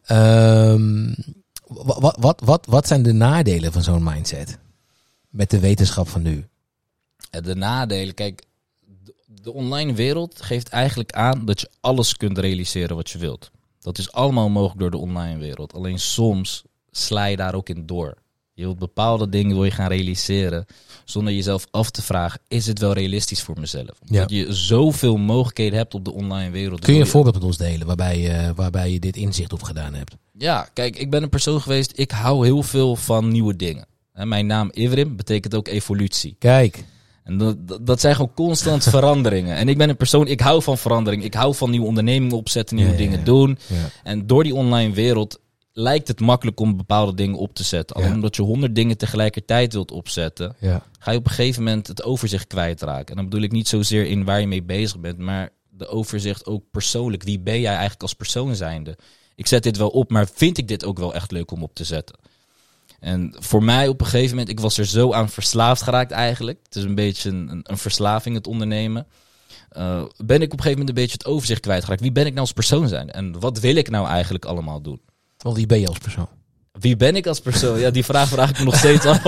Wat zijn de nadelen van zo'n mindset? Met de wetenschap van nu? De nadelen, kijk, de online wereld geeft eigenlijk aan dat je alles kunt realiseren wat je wilt. Dat is allemaal mogelijk door de online wereld. Alleen soms sla je daar ook in door. Je wilt bepaalde dingen wil je gaan realiseren zonder jezelf af te vragen, is het wel realistisch voor mezelf? Ja. Dat je zoveel mogelijkheden hebt op de online wereld. Kun je een voorbeeld met ons delen waarbij je dit inzicht op gedaan hebt? Ja, kijk, ik ben een persoon geweest, ik hou heel veel van nieuwe dingen. Mijn naam Ivrim betekent ook evolutie. Kijk. En dat zijn gewoon constant veranderingen. En ik ben een persoon, ik hou van verandering. Ik hou van nieuwe ondernemingen opzetten, nieuwe dingen doen. Ja. En door die online wereld lijkt het makkelijk om bepaalde dingen op te zetten. Alleen omdat je 100 dingen tegelijkertijd wilt opzetten, ga je op een gegeven moment het overzicht kwijtraken. En dan bedoel ik niet zozeer in waar je mee bezig bent, maar de overzicht ook persoonlijk. Wie ben jij eigenlijk als persoon zijnde? Ik zet dit wel op, maar vind ik dit ook wel echt leuk om op te zetten? En voor mij op een gegeven moment, ik was er zo aan verslaafd geraakt eigenlijk. Het is een beetje een verslaving, het ondernemen. Ben ik op een gegeven moment een beetje het overzicht kwijtgeraakt. Wie ben ik nou als persoon zijn? En wat wil ik nou eigenlijk allemaal doen? Want wie ben je als persoon? Wie ben ik als persoon? Ja, die vraag ik me nog steeds af.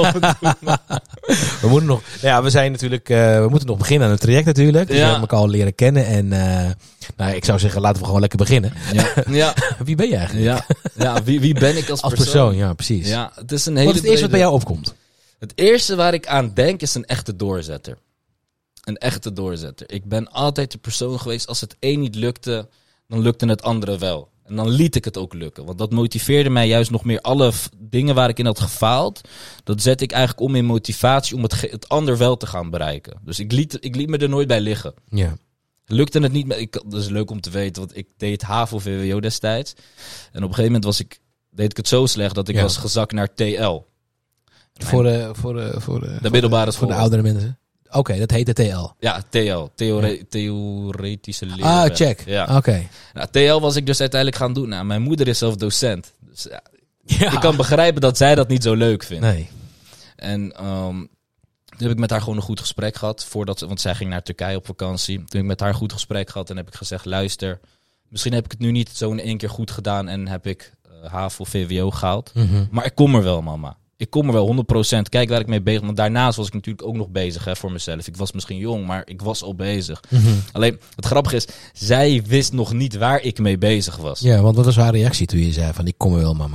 We moeten nog, we zijn natuurlijk, we moeten nog beginnen aan het traject natuurlijk. Dus we hebben elkaar al leren kennen. En ik zou zeggen, laten we gewoon lekker beginnen. Ja. Wie ben je eigenlijk? Ja, wie ben ik als persoon? Ja, precies. Ja, het is een hele wat is het eerste wat bij jou opkomt? Het eerste waar ik aan denk is een echte doorzetter. Een echte doorzetter. Ik ben altijd de persoon geweest, als het een niet lukte, dan lukte het andere wel. En dan liet ik het ook lukken. Want dat motiveerde mij juist nog meer. Alle dingen waar ik in had gefaald, dat zet ik eigenlijk om in motivatie om het ander wel te gaan bereiken. Dus ik liet me er nooit bij liggen. Ja. Lukte het niet. Dat is leuk om te weten, want ik deed HAVO-VWO destijds. En op een gegeven moment deed ik het zo slecht dat ik was gezakt naar TL. Voor de middelbare school. Voor de oudere mensen. Oké, dat heette TL. Ja, TL. Theoretische leren. Ah, check. Ja. Oké. Nou, TL was ik dus uiteindelijk gaan doen. Nou, mijn moeder is zelf docent. Dus ik kan begrijpen dat zij dat niet zo leuk vindt. Nee. En toen heb ik met haar gewoon een goed gesprek gehad. Want zij ging naar Turkije op vakantie. Toen heb ik met haar een goed gesprek gehad en heb ik gezegd, luister, misschien heb ik het nu niet zo in één keer goed gedaan en heb ik HAVO, VWO gehaald. Mm-hmm. Maar ik kom er wel, mama. Ik kom er wel 100%. Kijk waar ik mee bezig ben. Want daarnaast was ik natuurlijk ook nog bezig voor mezelf. Ik was misschien jong, maar ik was al bezig. Mm-hmm. Alleen, het grappige is, zij wist nog niet waar ik mee bezig was. Ja, want wat was haar reactie toen je zei van, ik kom er wel, mama?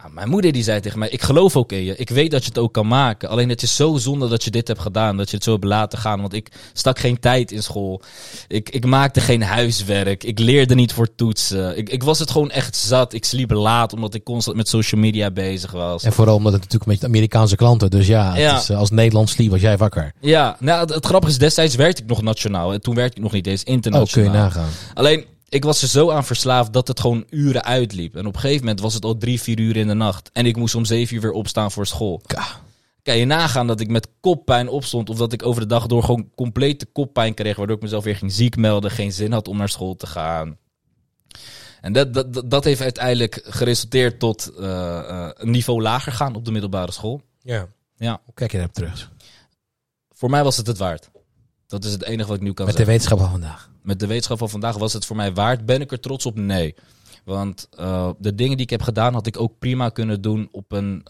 Mijn moeder die zei tegen mij, ik geloof ook in je. Ik weet dat je het ook kan maken. Alleen het is zo zonde dat je dit hebt gedaan. Dat je het zo hebt laten gaan. Want ik stak geen tijd in school. Ik maakte geen huiswerk. Ik leerde niet voor toetsen. Ik was het gewoon echt zat. Ik sliep laat omdat ik constant met social media bezig was. En vooral omdat het natuurlijk met Amerikaanse klanten. Dus ja, het is, als Nederland sliep was jij wakker. Ja, nou het grappige is, destijds werkte ik nog nationaal. En toen werkte ik nog niet eens internationaal. Kun je nagaan. Alleen... Ik was er zo aan verslaafd dat het gewoon uren uitliep. En op een gegeven moment was het al 3-4 uur in de nacht. En ik moest om 7 uur weer opstaan voor school. Kan je nagaan dat ik met koppijn opstond... of dat ik over de dag door gewoon complete koppijn kreeg... waardoor ik mezelf weer ging ziek melden... geen zin had om naar school te gaan. En dat heeft uiteindelijk geresulteerd tot een niveau lager gaan... op de middelbare school. Ja. Hoe kijk je daarop terug? Voor mij was het waard. Dat is het enige wat ik nu kan zeggen. Met de wetenschap van vandaag. Met de wetenschap van vandaag was het voor mij waard. Ben ik er trots op? Nee. Want de dingen die ik heb gedaan... had ik ook prima kunnen doen op een...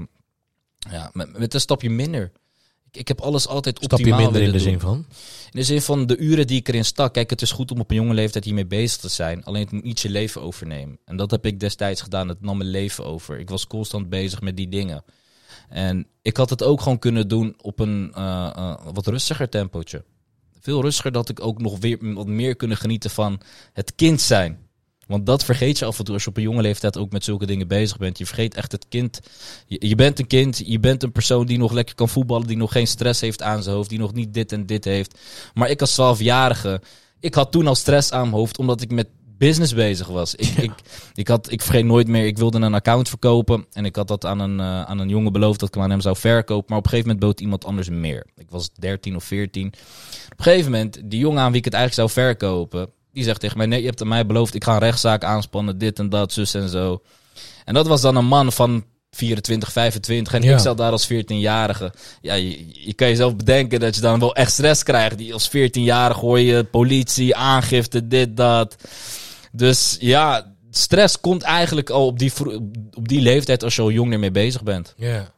met een stapje minder. Ik heb alles altijd optimaal willen doen. Stapje minder in de zin van? In de zin van de uren die ik erin stak. Kijk, het is goed om op een jonge leeftijd hiermee bezig te zijn. Alleen het moet niet je leven overnemen. En dat heb ik destijds gedaan. Het nam mijn leven over. Ik was constant bezig met die dingen. En ik had het ook gewoon kunnen doen op een wat rustiger tempootje. Veel rustiger, dat ik ook nog weer wat meer kunnen genieten van het kind zijn. Want dat vergeet je af en toe als je op een jonge leeftijd ook met zulke dingen bezig bent. Je vergeet echt het kind. Je bent een kind, je bent een persoon die nog lekker kan voetballen, die nog geen stress heeft aan zijn hoofd, die nog niet dit en dit heeft. Maar ik als 12-jarige, ik had toen al stress aan mijn hoofd, omdat ik met business bezig was. Ik vergeet nooit meer, ik wilde een account verkopen en ik had dat aan een jongen beloofd dat ik aan hem zou verkopen. Maar op een gegeven moment bood iemand anders meer. Ik was 13 of 14. Op een gegeven moment, die jongen aan wie ik het eigenlijk zou verkopen, die zegt tegen mij, nee, je hebt aan mij beloofd, ik ga een rechtszaak aanspannen, dit en dat, zus en zo. En dat was dan een man van 24, 25 en ik zat daar als 14-jarige. Ja, je kan jezelf bedenken dat je dan wel echt stress krijgt. Die als 14-jarige hoor je politie, aangifte, dit, dat. Dus ja, stress komt eigenlijk al op die leeftijd als je al jong ermee bezig bent. Ja.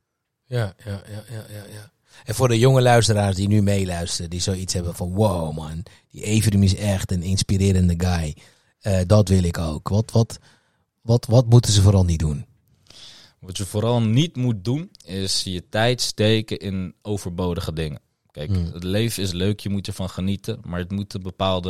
En voor de jonge luisteraars die nu meeluisteren, die zoiets hebben van wow man, die Everum is echt een inspirerende guy. Dat wil ik ook. Wat moeten ze vooral niet doen? Wat je vooral niet moet doen, is je tijd steken in overbodige dingen. Kijk, het leven is leuk, je moet ervan genieten, maar het moet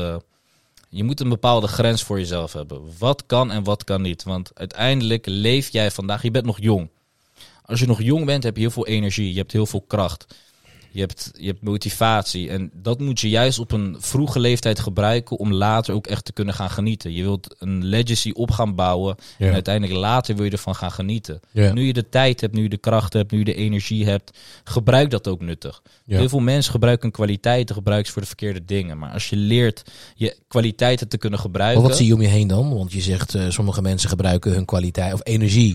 je moet een bepaalde grens voor jezelf hebben. Wat kan en wat kan niet. Want uiteindelijk leef jij vandaag, je bent nog jong. Als je nog jong bent, heb je heel veel energie, je hebt heel veel kracht. Je hebt motivatie en dat moet je juist op een vroege leeftijd gebruiken om later ook echt te kunnen gaan genieten. Je wilt een legacy op gaan bouwen en uiteindelijk later wil je ervan gaan genieten. Ja. Nu je de tijd hebt, nu je de kracht hebt, nu je de energie hebt, gebruik dat ook nuttig. Ja. Heel veel mensen gebruiken kwaliteiten, gebruiken ze voor de verkeerde dingen. Maar als je leert je kwaliteiten te kunnen gebruiken... Maar wat zie je om je heen dan? Want je zegt sommige mensen gebruiken hun kwaliteit of energie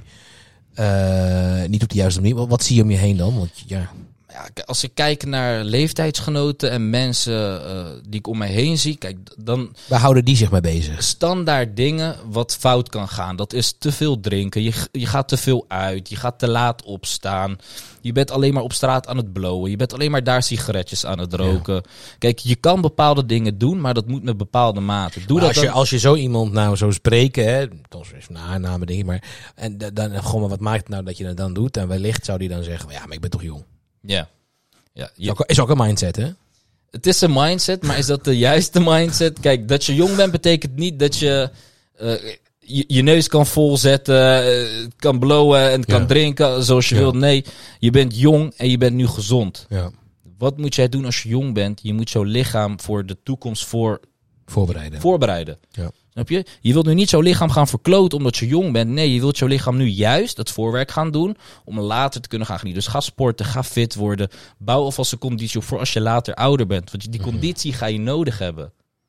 niet op de juiste manier. Wat zie je om je heen dan? Want ja... Ja, als ik kijk naar leeftijdsgenoten en mensen die ik om mij heen zie, kijk, dan... Waar houden die zich mee bezig? Standaard dingen wat fout kan gaan. Dat is te veel drinken, je gaat te veel uit, je gaat te laat opstaan. Je bent alleen maar op straat aan het blowen. Je bent alleen maar daar sigaretjes aan het roken. Ja. Kijk, je kan bepaalde dingen doen, maar dat moet met bepaalde mate. Als je zo iemand nou zou spreken, hè, namen dingen, maar en dan gewoon maar wat maakt het nou dat je dat dan doet? En wellicht zou die dan zeggen, ja, maar ik ben toch jong. Ja. Is ook een mindset, hè? Het is een mindset, maar is dat de juiste mindset? Kijk, dat je jong bent betekent niet dat je je neus kan volzetten, kan blowen en kan drinken zoals je wilt. Nee, je bent jong en je bent nu gezond. Ja. Wat moet jij doen als je jong bent? Je moet jouw lichaam voor de toekomst voorbereiden. Ja. Snap je? Je wilt nu niet jouw lichaam gaan verkloten omdat je jong bent. Nee, je wilt jouw lichaam nu juist het voorwerk gaan doen om later te kunnen gaan genieten. Dus ga sporten, ga fit worden. Bouw alvast een conditie op voor als je later ouder bent. Want die conditie ga je nodig hebben.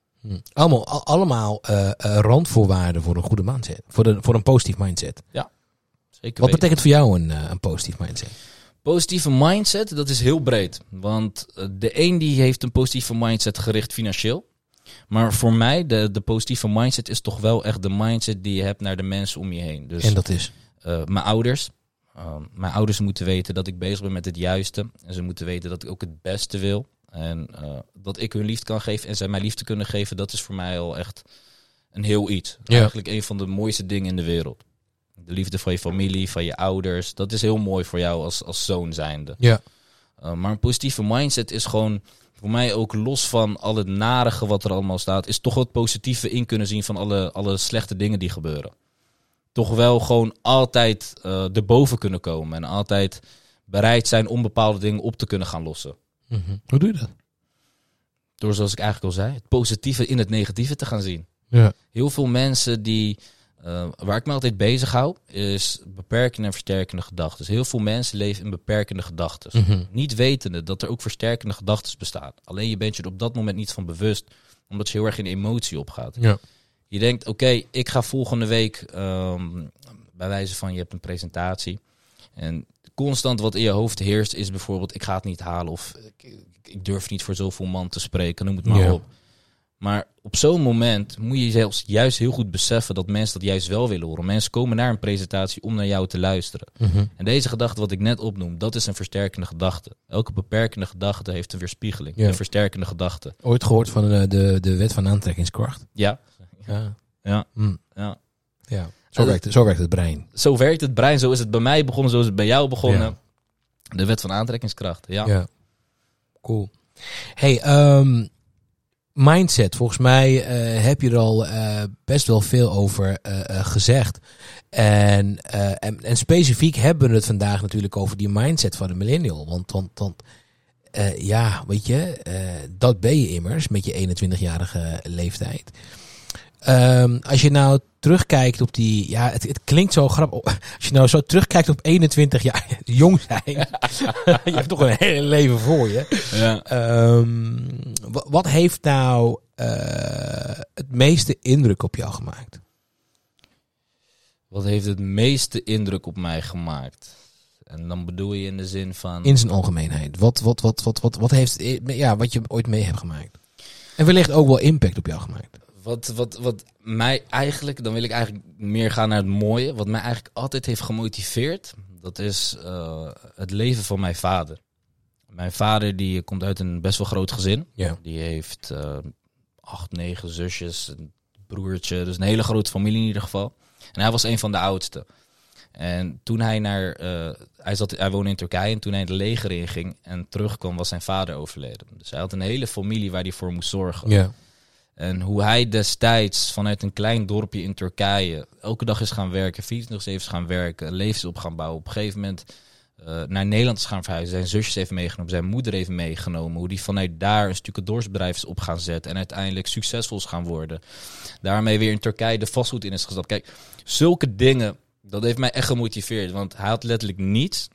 Allemaal randvoorwaarden voor een goede mindset. Voor een positief mindset. Ja, zeker. Wat betekent voor jou een positief mindset? Positieve mindset, dat is heel breed. Want de een die heeft een positieve mindset gericht financieel. Maar voor mij, de positieve mindset is toch wel echt de mindset die je hebt naar de mensen om je heen. Dus, en dat is? Mijn ouders. Mijn ouders moeten weten dat ik bezig ben met het juiste. En ze moeten weten dat ik ook het beste wil. En dat ik hun liefde kan geven en zij mij liefde kunnen geven. Dat is voor mij al echt een heel iets. Ja. Eigenlijk een van de mooiste dingen in de wereld. De liefde van je familie, van je ouders. Dat is heel mooi voor jou als zoon zijnde. Ja. Maar een positieve mindset is gewoon voor mij ook los van al het narige wat er allemaal staat. Is toch wat positieve in kunnen zien van alle slechte dingen die gebeuren. Toch wel gewoon altijd erboven kunnen komen. En altijd bereid zijn om bepaalde dingen op te kunnen gaan lossen. Mm-hmm. Hoe doe je dat? Door, zoals ik eigenlijk al zei, het positieve in het negatieve te gaan zien. Ja. Heel veel mensen die, waar ik me altijd bezig hou, is beperkende en versterkende gedachten. Dus heel veel mensen leven in beperkende gedachten. Mm-hmm. Niet wetende dat er ook versterkende gedachten bestaan. Alleen je bent je er op dat moment niet van bewust, omdat je heel erg in emotie opgaat. Ja. Je denkt, oké, ik ga volgende week, bij wijze van je hebt een presentatie. En constant wat in je hoofd heerst is bijvoorbeeld, ik ga het niet halen of ik durf niet voor zoveel man te spreken, noem het maar op. Maar op zo'n moment moet je zelfs juist heel goed beseffen dat mensen dat juist wel willen horen. Mensen komen naar een presentatie om naar jou te luisteren. Mm-hmm. En deze gedachte wat ik net opnoem, dat is een versterkende gedachte. Elke beperkende gedachte heeft een weerspiegeling. Ja. Een versterkende gedachte. Ooit gehoord van de wet van aantrekkingskracht? Ja. Ja. Ja. Mm. Ja. Ja. Zo werkt het brein. Zo werkt het brein. Zo is het bij mij begonnen. Zo is het bij jou begonnen. Ja. De wet van aantrekkingskracht. Ja. Ja. Cool. Hey, mindset. Volgens mij heb je er al best wel veel over gezegd. En specifiek hebben we het vandaag natuurlijk over die mindset van de millennial. Want ja, weet je, dat ben je immers met je 21-jarige leeftijd. Als je nou terugkijkt op die... Ja, het klinkt zo grappig. Als je nou zo terugkijkt op 21 jaar jong zijn. Je hebt toch een hele leven voor je. Ja. Wat heeft nou het meeste indruk op jou gemaakt? Wat heeft het meeste indruk op mij gemaakt? En dan bedoel je in de zin van... In zijn algemeenheid. Wat heeft... Ja, wat je ooit mee hebt gemaakt. En wellicht ook wel impact op jou gemaakt. Wat mij eigenlijk, dan wil ik eigenlijk meer gaan naar het mooie. Wat mij eigenlijk altijd heeft gemotiveerd, dat is het leven van mijn vader. Mijn vader die komt uit een best wel groot gezin. Ja. Die heeft 8, 9 zusjes, een broertje. Dus een hele grote familie in ieder geval. En hij was een van de oudste. En toen hij hij woonde in Turkije en toen hij de leger inging en terugkwam was zijn vader overleden. Dus hij had een hele familie waar hij voor moest zorgen. Ja. En hoe hij destijds vanuit een klein dorpje in Turkije elke dag is gaan werken, 24/7 is gaan werken, levens op gaan bouwen. Op een gegeven moment naar Nederland is gaan verhuizen. Zijn zusjes heeft meegenomen, zijn moeder heeft meegenomen. Hoe die vanuit daar een stukje dorpsbedrijf is op gaan zetten en uiteindelijk succesvol is gaan worden. Daarmee weer in Turkije de vastgoed in is gestapt. Kijk, zulke dingen, dat heeft mij echt gemotiveerd. Want hij had letterlijk niets.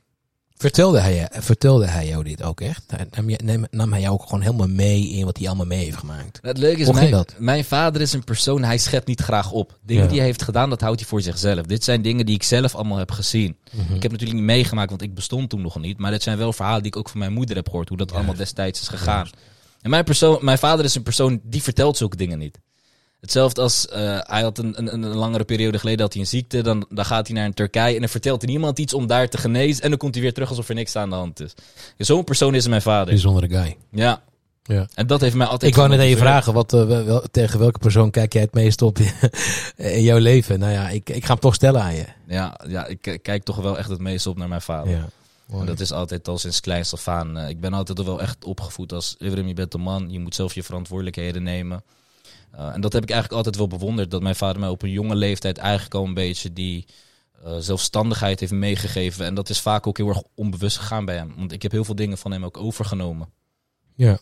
Vertelde hij jou dit ook echt? Nam hij jou ook gewoon helemaal mee in wat hij allemaal mee heeft gemaakt? Het leuke is, mijn vader is een persoon, hij schept niet graag op. Dingen die hij heeft gedaan, dat houdt hij voor zichzelf. Dit zijn dingen die ik zelf allemaal heb gezien. Mm-hmm. Ik heb natuurlijk niet meegemaakt, want ik bestond toen nog niet. Maar dit zijn wel verhalen die ik ook van mijn moeder heb gehoord. Hoe dat allemaal destijds is gegaan. En mijn vader is een persoon, die vertelt zulke dingen niet. Hetzelfde als, hij had een langere periode geleden had hij een ziekte. Dan gaat hij naar een Turkije en dan vertelt hij niemand iets om daar te genezen. En dan komt hij weer terug alsof er niks aan de hand is. Dus zo'n persoon is mijn vader. Bijzondere guy. Ja. Ja. En dat heeft mij altijd... Ik wou net aan je vragen, tegen welke persoon kijk jij het meest op in jouw leven? Nou ja, ik ga hem toch stellen aan je. Ja, ik kijk toch wel echt het meest op naar mijn vader. Ja. En dat is altijd al sinds kleins af aan. Ik ben altijd wel echt opgevoed als... Evrim, je bent een man, je moet zelf je verantwoordelijkheden nemen. En dat heb ik eigenlijk altijd wel bewonderd. Dat mijn vader mij op een jonge leeftijd eigenlijk al een beetje die zelfstandigheid heeft meegegeven. En dat is vaak ook heel erg onbewust gegaan bij hem. Want ik heb heel veel dingen van hem ook overgenomen. Ja.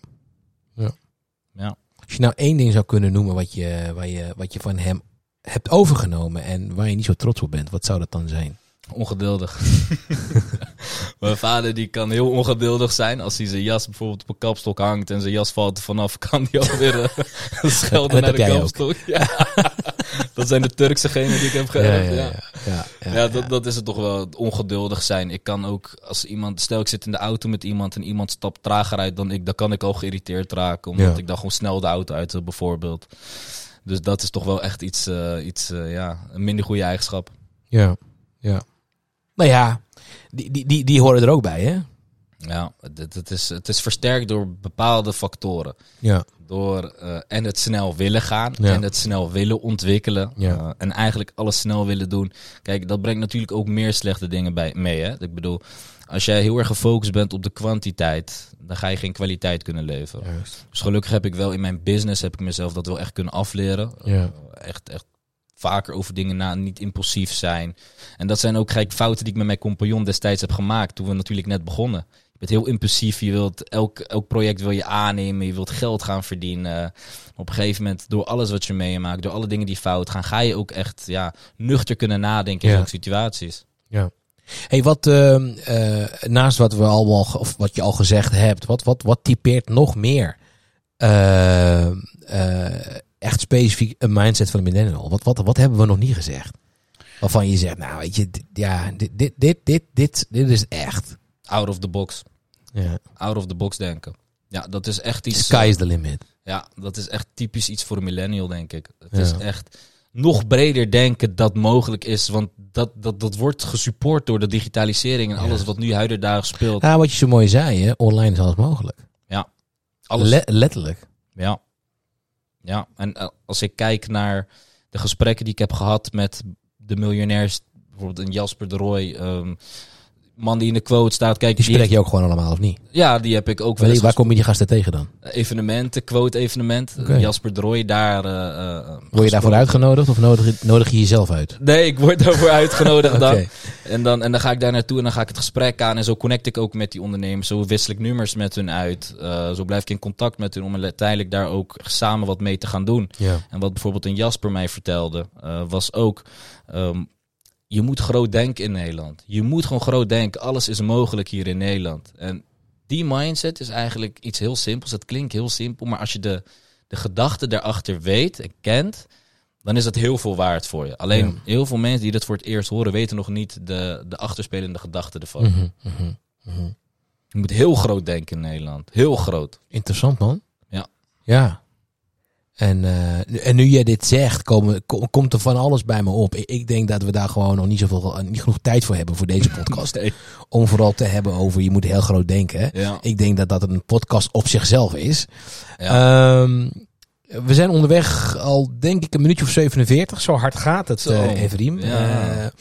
Ja. Als je nou één ding zou kunnen noemen wat je van hem hebt overgenomen en waar je niet zo trots op bent, wat zou dat dan zijn? Ongeduldig. Mijn vader die kan heel ongeduldig zijn. Als hij zijn jas bijvoorbeeld op een kapstok hangt en zijn jas valt er vanaf, kan hij alweer schelden naar de kapstok. Ja. Dat zijn de Turkse genen die ik heb geërfd. Ja, dat is het toch wel, ongeduldig zijn. Ik kan ook, als iemand, stel ik zit in de auto met iemand en iemand stapt trager uit dan ik, dan kan ik al geïrriteerd raken. Omdat ik dan gewoon snel de auto uit wil bijvoorbeeld. Dus dat is toch wel echt iets een minder goede eigenschap. Ja. Nou ja, die horen er ook bij, hè? Ja, het is versterkt door bepaalde factoren. Ja. door en het snel willen gaan en het snel willen ontwikkelen en eigenlijk alles snel willen doen. Kijk, dat brengt natuurlijk ook meer slechte dingen mee. Hè? Ik bedoel, als jij heel erg gefocust bent op de kwantiteit, dan ga je geen kwaliteit kunnen leveren. Juist. Dus gelukkig heb ik wel in mijn business mezelf dat wel echt kunnen afleren. Echt vaker over dingen na, niet impulsief zijn. En dat zijn ook fouten die ik met mijn compagnon destijds heb gemaakt toen we natuurlijk net begonnen. Je bent heel impulsief, je wilt elk project wil je aannemen, je wilt geld gaan verdienen. Op een gegeven moment, door alles wat je meemaakt, door alle dingen die fout gaan, ga je ook echt nuchter kunnen nadenken in zulke situaties. Ja. Hey, wat naast wat we allemaal of wat je al gezegd hebt, wat typeert nog meer echt specifiek een mindset van een millennial? Wat hebben we nog niet gezegd? Waarvan je zegt, nou weet je, dit is echt Out of the box. Ja. Out of the box denken. Ja, dat is echt iets. Sky is the limit. Ja, dat is echt typisch iets voor een millennial, denk ik. Het is echt nog breder denken dat mogelijk is, want dat wordt gesupport door de digitalisering en alles wat nu huidendaag speelt. Ja, wat je zo mooi zei, hè? Online is alles mogelijk. Ja, alles. Letterlijk. Ja. Ja, en als ik kijk naar de gesprekken die ik heb gehad met de miljonairs, bijvoorbeeld een Jasper de Rooij, man die in de quote staat. Kijk, die spreek je ook gewoon allemaal, of niet? Ja, die heb ik ook wel eens. Waar kom je die gasten tegen dan? Evenementen, quote-evenement. Okay. Jasper de Rooij, daar... word je daarvoor uitgenodigd of nodig je jezelf uit? Nee, ik word daarvoor uitgenodigd Okay. dan. En dan ga ik daar naartoe en dan ga ik het gesprek aan. En zo connect ik ook met die ondernemers. Zo wissel ik nummers met hun uit. Zo blijf ik in contact met hun om uiteindelijk daar ook samen wat mee te gaan doen. Ja. En wat bijvoorbeeld een Jasper mij vertelde, was ook... je moet groot denken in Nederland. Je moet gewoon groot denken. Alles is mogelijk hier in Nederland. En die mindset is eigenlijk iets heel simpels. Het klinkt heel simpel, maar als je de gedachte daarachter weet en kent, dan is dat heel veel waard voor je. Alleen heel veel mensen die dat voor het eerst horen, weten nog niet de achterspelende gedachten ervan. Je moet heel groot denken in Nederland. Heel groot. Interessant, man. Ja. En nu jij dit zegt, komt er van alles bij me op. Ik denk dat we daar gewoon nog niet genoeg tijd voor hebben voor deze podcast. Nee. Om vooral te hebben over je moet heel groot denken. Ja. Ik denk dat een podcast op zichzelf is. Ja. We zijn onderweg al denk ik een minuutje of 47. Zo hard gaat het, Everiem. Ja.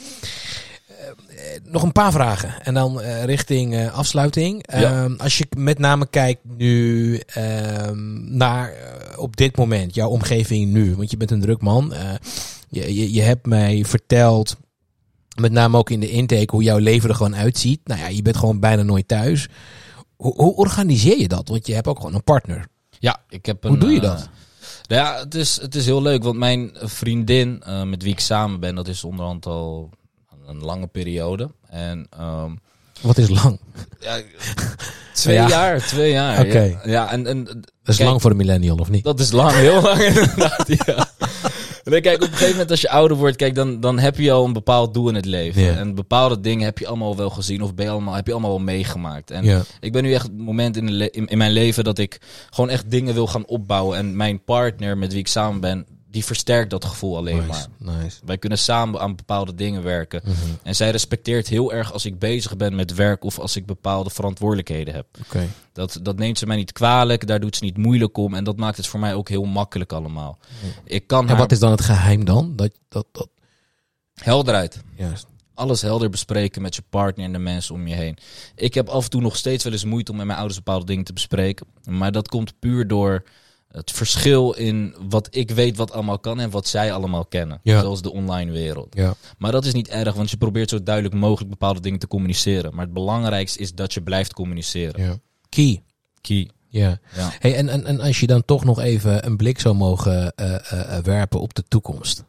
Nog een paar vragen. En dan richting afsluiting. Als je met name kijkt nu naar op dit moment, jouw omgeving nu. Want je bent een druk man. Je hebt mij verteld, met name ook in de intake, hoe jouw leven er gewoon uitziet. Nou ja, je bent gewoon bijna nooit thuis. Hoe organiseer je dat? Want je hebt ook gewoon een partner. Ja, ik heb een... Hoe doe je dat? Ja, het is heel leuk. Want mijn vriendin, met wie ik samen ben, dat is onderhand al een lange periode. En wat is lang? Ja, 2 jaar. 2 jaar. Oké. Ja, en dat is lang voor een millennial, of niet? Dat is lang, heel lang inderdaad. Ja. En kijk, op een gegeven moment als je ouder wordt, kijk, dan heb je al een bepaald doel in het leven. Ja. En bepaalde dingen heb je allemaal wel gezien of heb je allemaal wel meegemaakt. En ik ben nu echt op het moment in mijn leven dat ik gewoon echt dingen wil gaan opbouwen. En mijn partner met wie ik samen ben, die versterkt dat gevoel alleen maar. Nice. Wij kunnen samen aan bepaalde dingen werken. Mm-hmm. En zij respecteert heel erg als ik bezig ben met werk of als ik bepaalde verantwoordelijkheden heb. Okay. Dat neemt ze mij niet kwalijk, daar doet ze niet moeilijk om. En dat maakt het voor mij ook heel makkelijk allemaal. Ik kan en wat is dan het geheim dan? Dat... Helderheid. Juist. Alles helder bespreken met je partner en de mensen om je heen. Ik heb af en toe nog steeds wel eens moeite om met mijn ouders bepaalde dingen te bespreken. Maar dat komt puur door het verschil in wat ik weet wat allemaal kan en wat zij allemaal kennen. Ja. Zoals de online wereld. Ja. Maar dat is niet erg, want je probeert zo duidelijk mogelijk bepaalde dingen te communiceren. Maar het belangrijkste is dat je blijft communiceren. Ja. Key. Ja. Ja. Hey, en als je dan toch nog even een blik zou mogen werpen op de toekomst.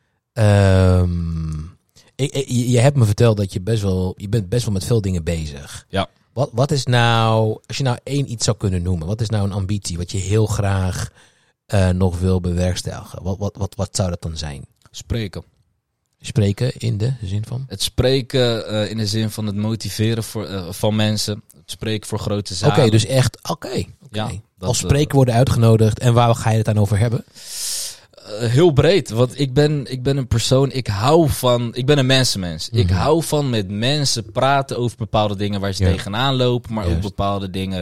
Je hebt me verteld dat je bent best wel met veel dingen bezig. Ja. Wat is nou, als je nou één iets zou kunnen noemen, wat is nou een ambitie wat je heel graag nog wil bewerkstelligen? Wat zou dat dan zijn? Spreken in de zin van? Het spreken in de zin van het motiveren van mensen. Het spreken voor grote zalen. Oké, dus echt, oké. Ja, als spreker worden uitgenodigd en waar ga je het dan over hebben? Heel breed, want ik ben een persoon, ik ben een mensenmens. Mm-hmm. Ik hou van met mensen praten over bepaalde dingen waar ze tegenaan lopen, maar ook bepaalde dingen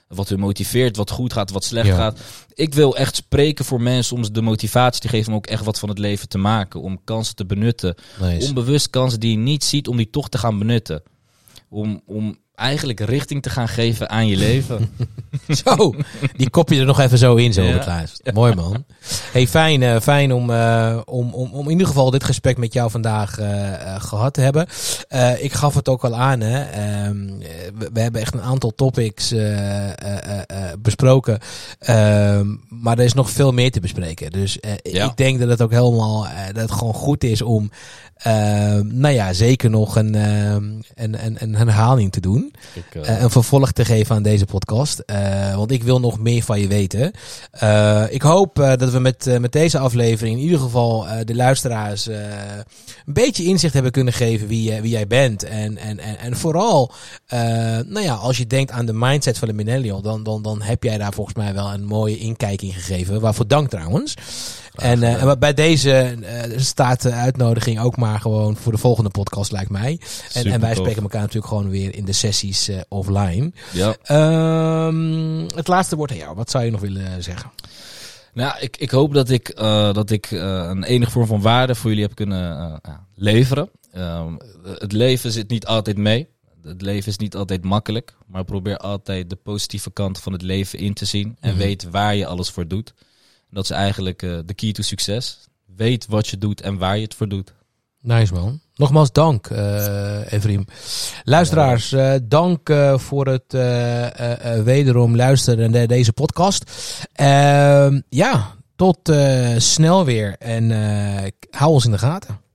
Wat hun motiveert, wat goed gaat, wat slecht gaat. Ik wil echt spreken voor mensen om de motivatie te geven om ook echt wat van het leven te maken. Om kansen te benutten. Nice. Onbewust kansen die je niet ziet, om die toch te gaan benutten. Om eigenlijk richting te gaan geven aan je leven. Zo, die kop je er nog even zo in, zo het laatst. Mooi man. Hey, fijn om in ieder geval dit gesprek met jou vandaag gehad te hebben. Ik gaf het ook al aan, hè. We hebben echt een aantal topics besproken. Maar er is nog veel meer te bespreken. Dus ik denk dat het ook helemaal dat het gewoon goed is om zeker nog een herhaling te doen. Een vervolg te geven aan deze podcast. Want ik wil nog meer van je weten. Ik hoop dat we met deze aflevering in ieder geval de luisteraars een beetje inzicht hebben kunnen geven wie jij bent. En vooral, als je denkt aan de mindset van de millennial, dan heb jij daar volgens mij wel een mooie inkijk in gegeven. Waarvoor dank trouwens. En bij deze staat de uitnodiging ook maar gewoon voor de volgende podcast, lijkt mij. En wij spreken elkaar natuurlijk gewoon weer in de sessies offline. Ja. Het laatste woord aan jou. Wat zou je nog willen zeggen? Nou, ik hoop dat ik een enige vorm van waarde voor jullie heb kunnen leveren. Het leven zit niet altijd mee. Het leven is niet altijd makkelijk. Maar probeer altijd de positieve kant van het leven in te zien. En weet waar je alles voor doet. Dat is eigenlijk de key to succes. Weet wat je doet en waar je het voor doet. Nice man. Nogmaals dank, Evrim. Luisteraars, dank voor het wederom luisteren naar deze podcast. Tot snel weer en hou ons in de gaten.